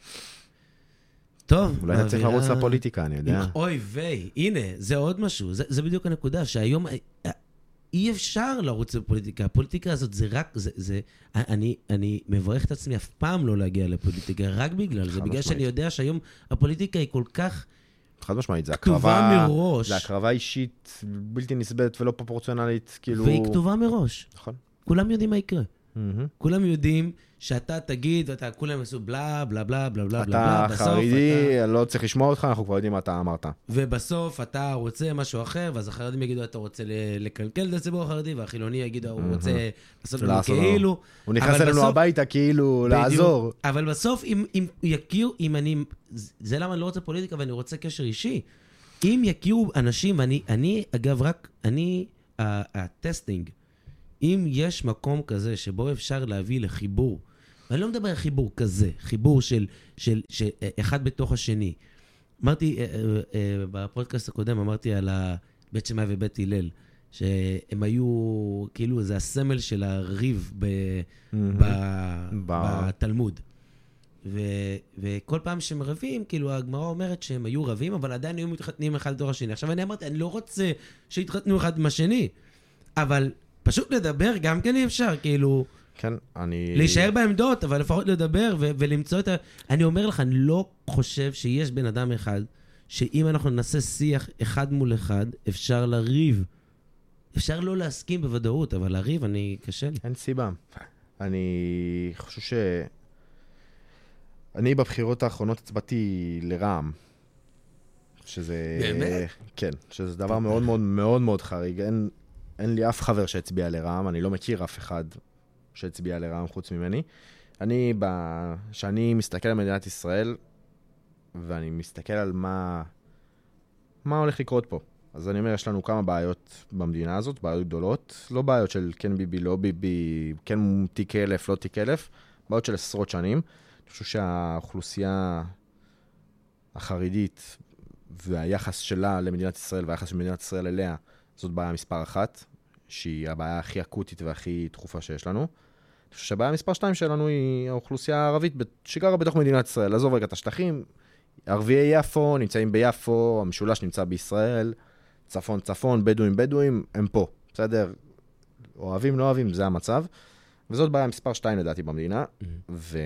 טוב. אולי אתה צריך לרוץ לפוליטיקה, אני יודע. אוי ויי, הנה, זה עוד משהו. זה, זה בדיוק הנקודה, שהיום אי אפשר לרוץ לפוליטיקה. הפוליטיקה הזאת זה רק, זה, זה, אני, אני מברך את עצמי אף פעם לא להגיע לפוליטיקה, רק בגלל זה, בגלל שאני יודע שהיום הפוליטיקה היא כל כך... חד משמעית, זה כתובה מראש. זה הקרבה אישית, בלתי נסבלת ולא פרופורציונלית, כאילו... והיא כתובה מראש. נכון. כולם יודעים מה יקרה. Mm-hmm. כולם יודעים שאתה תגיד, ואתה, כולם עשו בלה, בלה, בלה, בלה, בלה, אתה בלה, חרדי, אתה... לא צריך לשמוע אותך, אנחנו כבר יודעים מה אתה אמרת. ובסוף אתה רוצה משהו אחר, ואז החרדים יגידו, אתה רוצה לקלקל את הציבור החרדי, והחילוני יגידו, הוא רוצה לעשות לנו כאילו. הוא נכנס אלינו הביתה כאילו לעזור. אבל בסוף, אם יכירו, אם אני, זה למה אני לא רוצה פוליטיקה, ואני רוצה קשר אישי. אם יכירו אנשים, אני, אגב, רק, אני, הטסטינג, אם יש מקום כזה שבו אפשר להביא לחיבור, ואני לא מדבר על חיבור כזה, חיבור של, של, של אחד בתוך השני. אמרתי, בפודקאסט הקודם, אמרתי על בית שמאי ובית הלל, שהם היו, כאילו, זה הסמל של הריב ב, ב, בתלמוד. ו, וכל פעם שהם רבים, כאילו, הגמרא אומרת שהם היו רבים, אבל עדיין היו מתחתנים אחד לתוך השני. עכשיו אני אמרתי, אני לא רוצה שיתחתנו אחד עם השני, אבל... פשוט לדבר גם כן אי אפשר, כאילו... כן, אני... להישאר בעמדות, אבל לפחות לדבר ו- ולמצוא את ה... אני אומר לך, אני לא חושב שיש בן אדם אחד, שאם אנחנו נעשה שיח אחד מול אחד, אפשר לריב. אפשר לא להסכים בוודאות, אבל לריב אני קשה לי. אין סיבה. אני חושב ש... אני בבחירות האחרונות הצבעתי לרעם. שזה... באמת? כן, שזה דבר מאוד מאוד מאוד מאוד חריג. אין... אין לי אף חבר שהצביע לרעם, אני לא מכיר אף אחד שהצביע לרעם חוץ ממני. אני, כשאני מסתכל על מדינת ישראל, ואני מסתכל על מה, מה הולך לקרות פה. אז אני אומר, יש לנו כמה בעיות במדינה הזאת, בעיות גדולות, לא בעיות של כן ביבי, לא ביבי, כן תיק אלף, לא תיק אלף, בעיות של עשרות שנים. אני חושב שהאוכלוסייה החרדית והיחס שלה למדינת ישראל, והיחס של מדינת ישראל אליה, זאת בעיה מספר אחת, שהיא הבעיה הכי אקוטית והכי דחופה שיש לנו. אני חושב שהבעיה מספר שתיים שלנו היא האוכלוסייה הערבית שגרה בתוך מדינת ישראל. עזוב רגע את השטחים, ערביי יפו נמצאים ביפו, המשולש נמצא בישראל, צפון צפון, בדואים בדואים, הם פה, בסדר? אוהבים, לא אוהבים, זה המצב. וזאת בעיה מספר שתיים לדעתי במדינה. Mm-hmm. ו...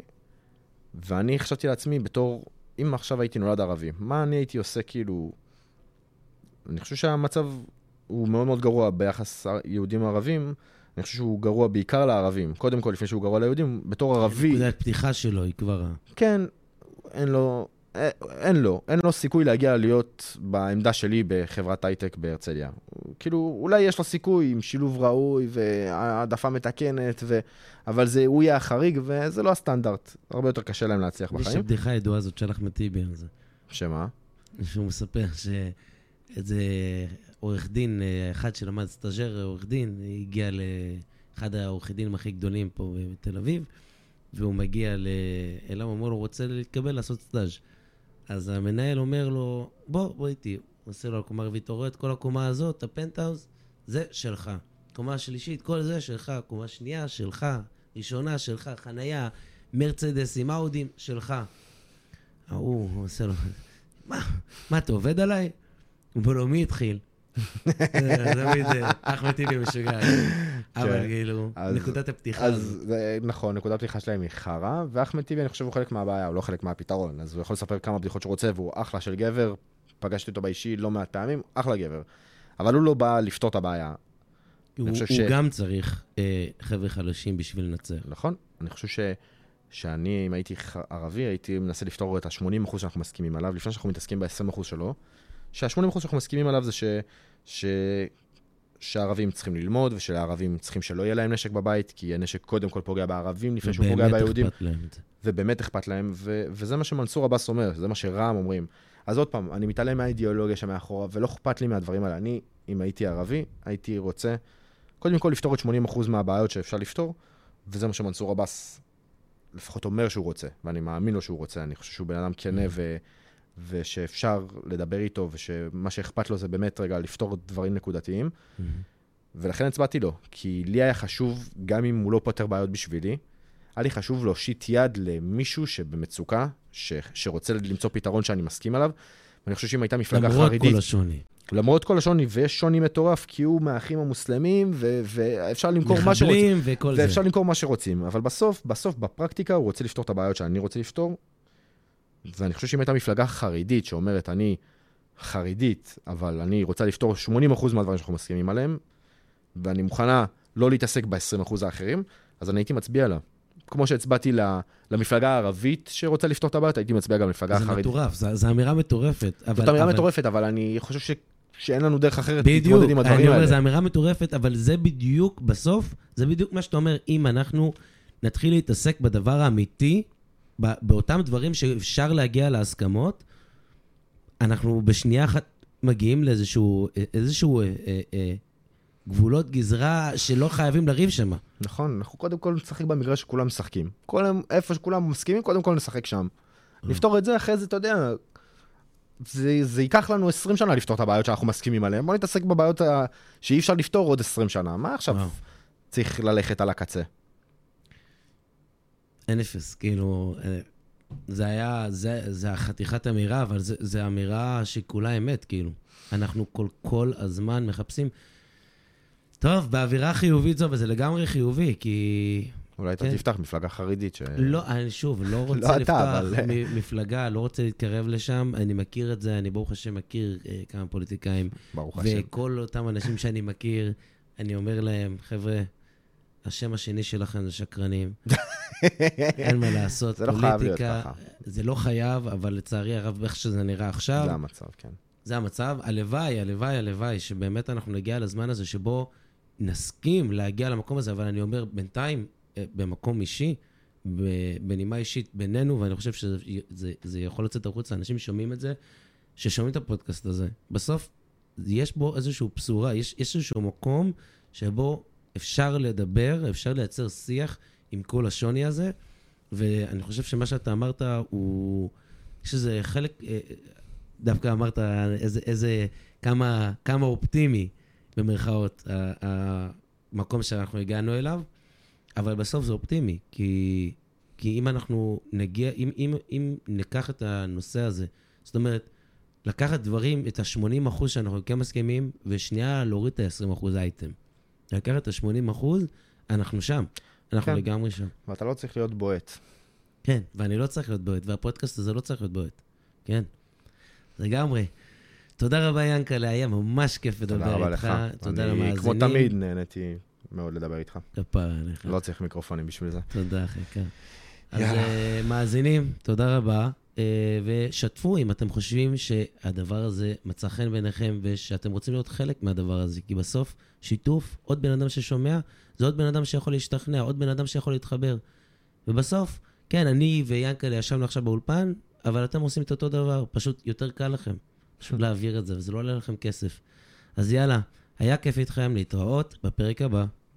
ואני חשבתי לעצמי בתור, אם עכשיו הייתי נולד ערבי, מה אני הייתי עושה כאילו... אני חושב שהמצב הוא מאוד מאוד גרוע ביחס יהודים ערבים, אני חושב שהוא גרוע בעיקר לערבים. קודם כל, לפני שהוא גרוע ליהודים, בתור ערבי... נקודת פתיחה שלו היא כבר... כן, אין לו, אין לו, אין לו סיכוי להגיע להיות בעמדה שלי בחברת הייטק בהרצליה. כאילו, אולי יש לו סיכוי עם שילוב ראוי והעדפה מתקנת, ו... אבל זה, הוא יהיה החריג, וזה לא הסטנדרט. הרבה יותר קשה להם להצליח בחיים. יש הבדיחה ידועה הזאת של אחמד טיבי על זה. שמה? שהוא מספר ש... איזה עורך דין, אחד שלמד סטאז'ר עורך דין, הגיע לאחד העורכי דינים הכי גדולים פה בתל אביב, והוא מגיע אליו, הוא אומר לו, הוא רוצה להתקבל לעשות סטאז'. אז המנהל אומר לו, בוא, בוא איתי. הוא עושה לו על קומה רביעית, אתה רואה את כל הקומה הזאת, הפנטהאוז, זה שלך. קומה שלישית, כל זה שלך. קומה שנייה, שלך. ראשונה, שלך. חנייה, מרצדסים, אודים, שלך. הוא, הוא עושה לו, מה, מה, אתה עובד עליי? הוא בוא לו, מי התחיל? זה תמיד, אחמד טיבי משוגע. אבל כאילו, נקודת הפתיחה. אז נכון, נקודת הפתיחה שלהם היא חרה, ואחמד טיבי אני חושב הוא חלק מהבעיה, הוא לא חלק מהפתרון. אז הוא יכול לספר כמה בדיחות שהוא רוצה, והוא אחלה של גבר, פגשתי אותו באישי לא מעט פעמים, אחלה גבר. אבל הוא לא בא לפתור את הבעיה. הוא גם צריך חבר'ה חלשים בשביל לנצח. נכון, אני חושב ש... שאני, אם הייתי ערבי, הייתי מנסה לפתור את ה-שמונים אחוז שאנחנו מסכימים עליו, לפני שאנחנו מתעסקים ב-עשרים אחוז שלו, שה-שמונים אחוז שאנחנו מסכימים עליו זה ש... ש... שהערבים צריכים ללמוד, ושהערבים צריכים שלא יהיה להם נשק בבית, כי הנשק קודם כל פוגע בערבים, לפני שהוא פוגע ביהודים. ובאמת אכפת להם, ו... וזה מה שמנסור עבאס אומר, זה מה שרע"מ אומרים. אז עוד פעם, אני מתעלם מהאידיאולוגיה שמאחורה, ולא אכפת לי מהדברים האלה. אני, אם הייתי ערבי, הייתי רוצה קודם כל לפתור את שמונים אחוז מהבעיות שאפשר לפתור, וזה מה שמנסור עבאס לפחות אומר שהוא רוצה, ואני מאמין לו שהוא רוצה, אני חושב שהוא בן אדם כנה ו... ושאפשר לדבר איתו, ושמה שאכפת לו זה באמת רגע לפתור דברים נקודתיים, mm-hmm. ולכן הצבעתי לו, כי לי היה חשוב, גם אם הוא לא פותר בעיות בשבילי, היה לי חשוב להושיט יד למישהו שבמצוקה, ש... שרוצה למצוא פתרון שאני מסכים עליו, ואני חושב שאם הייתה מפלגה למרות חרדית... למרות כל השוני. למרות כל השוני, ויש שוני מטורף, כי הוא מהאחים המוסלמים, ו... ואפשר למכור מה שרוצים. מחבלים וכל זה. ואפשר למכור מה שרוצים, אבל בסוף, בסוף, בפרקטיקה, הוא רוצה לפתור את הבעיות שאני רוצה לפתור, ואני חושב שאם הייתה מפלגה חרדית שאומרת, אני חרדית, אבל אני רוצה לפתור שמונים אחוז מהדברים שאנחנו מסכימים עליהם, ואני מוכנה לא להתעסק ב-עשרים אחוז האחרים, אז אני הייתי מצביע לה. כמו שהצבעתי למפלגה הערבית שרוצה לפתור את הבעיות, הייתי מצביע גם למפלגה החרדית. זה מטורף, זו אמירה מטורפת. זאת אמירה מטורפת, אבל אני חושב ש... שאין לנו דרך אחרת להתמודד עם הדברים האלה. בדיוק, אני אומר, זו אמירה מטורפת, אבל זה בדיוק, בסוף, זה בדיוק מה שאתה אומר, אם אנחנו נתחיל להתעסק בדבר האמיתי, באותם דברים שאפשר להגיע להסכמות, אנחנו בשנייה אחת מגיעים לאיזשהו איזשהו, אה, אה, גבולות גזרה שלא חייבים לריב שם. נכון, אנחנו קודם כל נשחק במגרש שכולם משחקים. כל, איפה שכולם מסכימים, קודם כל נשחק שם. נפתור את זה, אחרי זה, אתה יודע, זה, זה ייקח לנו עשרים שנה לפתור את הבעיות שאנחנו מסכימים עליהן. בוא נתעסק בבעיות שאי אפשר לפתור עוד עשרים שנה. מה עכשיו צריך ללכת על הקצה? אין אפס, כאילו, זה היה, זה, זה החתיכת אמירה, אבל זה, זה אמירה שכולה אמת, כאילו. אנחנו כל, כל הזמן מחפשים. טוב, באווירה חיובית זו, וזה לגמרי חיובי, כי... אולי אתה תפתח מפלגה חרדית ש... לא, אני שוב, לא רוצה לפתח מפלגה, לא רוצה להתקרב לשם, אני מכיר את זה, אני ברוך השם מכיר כמה פוליטיקאים, וכל אותם אנשים שאני מכיר, אני אומר להם, חבר'ה, השם השני שלכם זה שקרנים. אין מה לעשות, זה לא חייב להיות ככה. זה לא חייב, אבל לצערי הרב, איך שזה נראה עכשיו. זה המצב, כן. זה המצב. הלוואי, הלוואי, הלוואי, שבאמת אנחנו נגיע לזמן הזה, שבו נסכים להגיע למקום הזה, אבל אני אומר, בינתיים, במקום אישי, בנימה אישית בינינו, ואני חושב שזה יכול לצאת החוצה, אנשים שומעים את זה, ששומעים את הפודקאסט הזה. בסוף, יש בו איזשהו בשורה, יש איזשהו מקום שבו אפשר לדבר, אפשר לייצר שיח עם כל השוני הזה, ואני חושב שמה שאתה אמרת הוא, שזה חלק, דווקא אמרת איזה, איזה, כמה, כמה אופטימי במרכאות, המקום שאנחנו הגענו אליו, אבל בסוף זה אופטימי, כי, כי אם אנחנו נגיע, אם, אם, אם ניקח את הנושא הזה, זאת אומרת, לקחת דברים, את ה-שמונים אחוז שאנחנו כן מסכימים, ושנייה להוריד את ה-עשרים אחוז אייטם. לקחת את ה-שמונים אחוז, אנחנו שם. אנחנו כן. לגמרי שם. ואתה לא צריך להיות בועט. כן, ואני לא צריך להיות בועט, והפודקאסט הזה לא צריך להיות בועט. כן. לגמרי. תודה רבה, ינקלה, היה ממש כיף לדבר איתך. תודה אני, למאזינים. כמו תמיד, נהניתי מאוד לדבר איתך. כפרה עליך. לא צריך מיקרופונים בשביל זה. תודה, חכה. אז uh, מאזינים, תודה רבה. Uh, ושתפו אם אתם חושבים שהדבר הזה מצא חן ביניכם, ושאתם רוצים להיות חלק מהדבר הזה, כי בסוף שיתוף, עוד בן אדם ששומע, זה עוד בן אדם שיכול להשתכנע, עוד בן אדם שיכול להתחבר. ובסוף, כן, אני ויאנקלה ישבנו עכשיו באולפן, אבל אתם עושים את אותו דבר, פשוט יותר קל לכם. פשוט להעביר את זה, וזה לא עולה לכם כסף. אז יאללה, היה כיף איתכם להתראות בפרק הבא.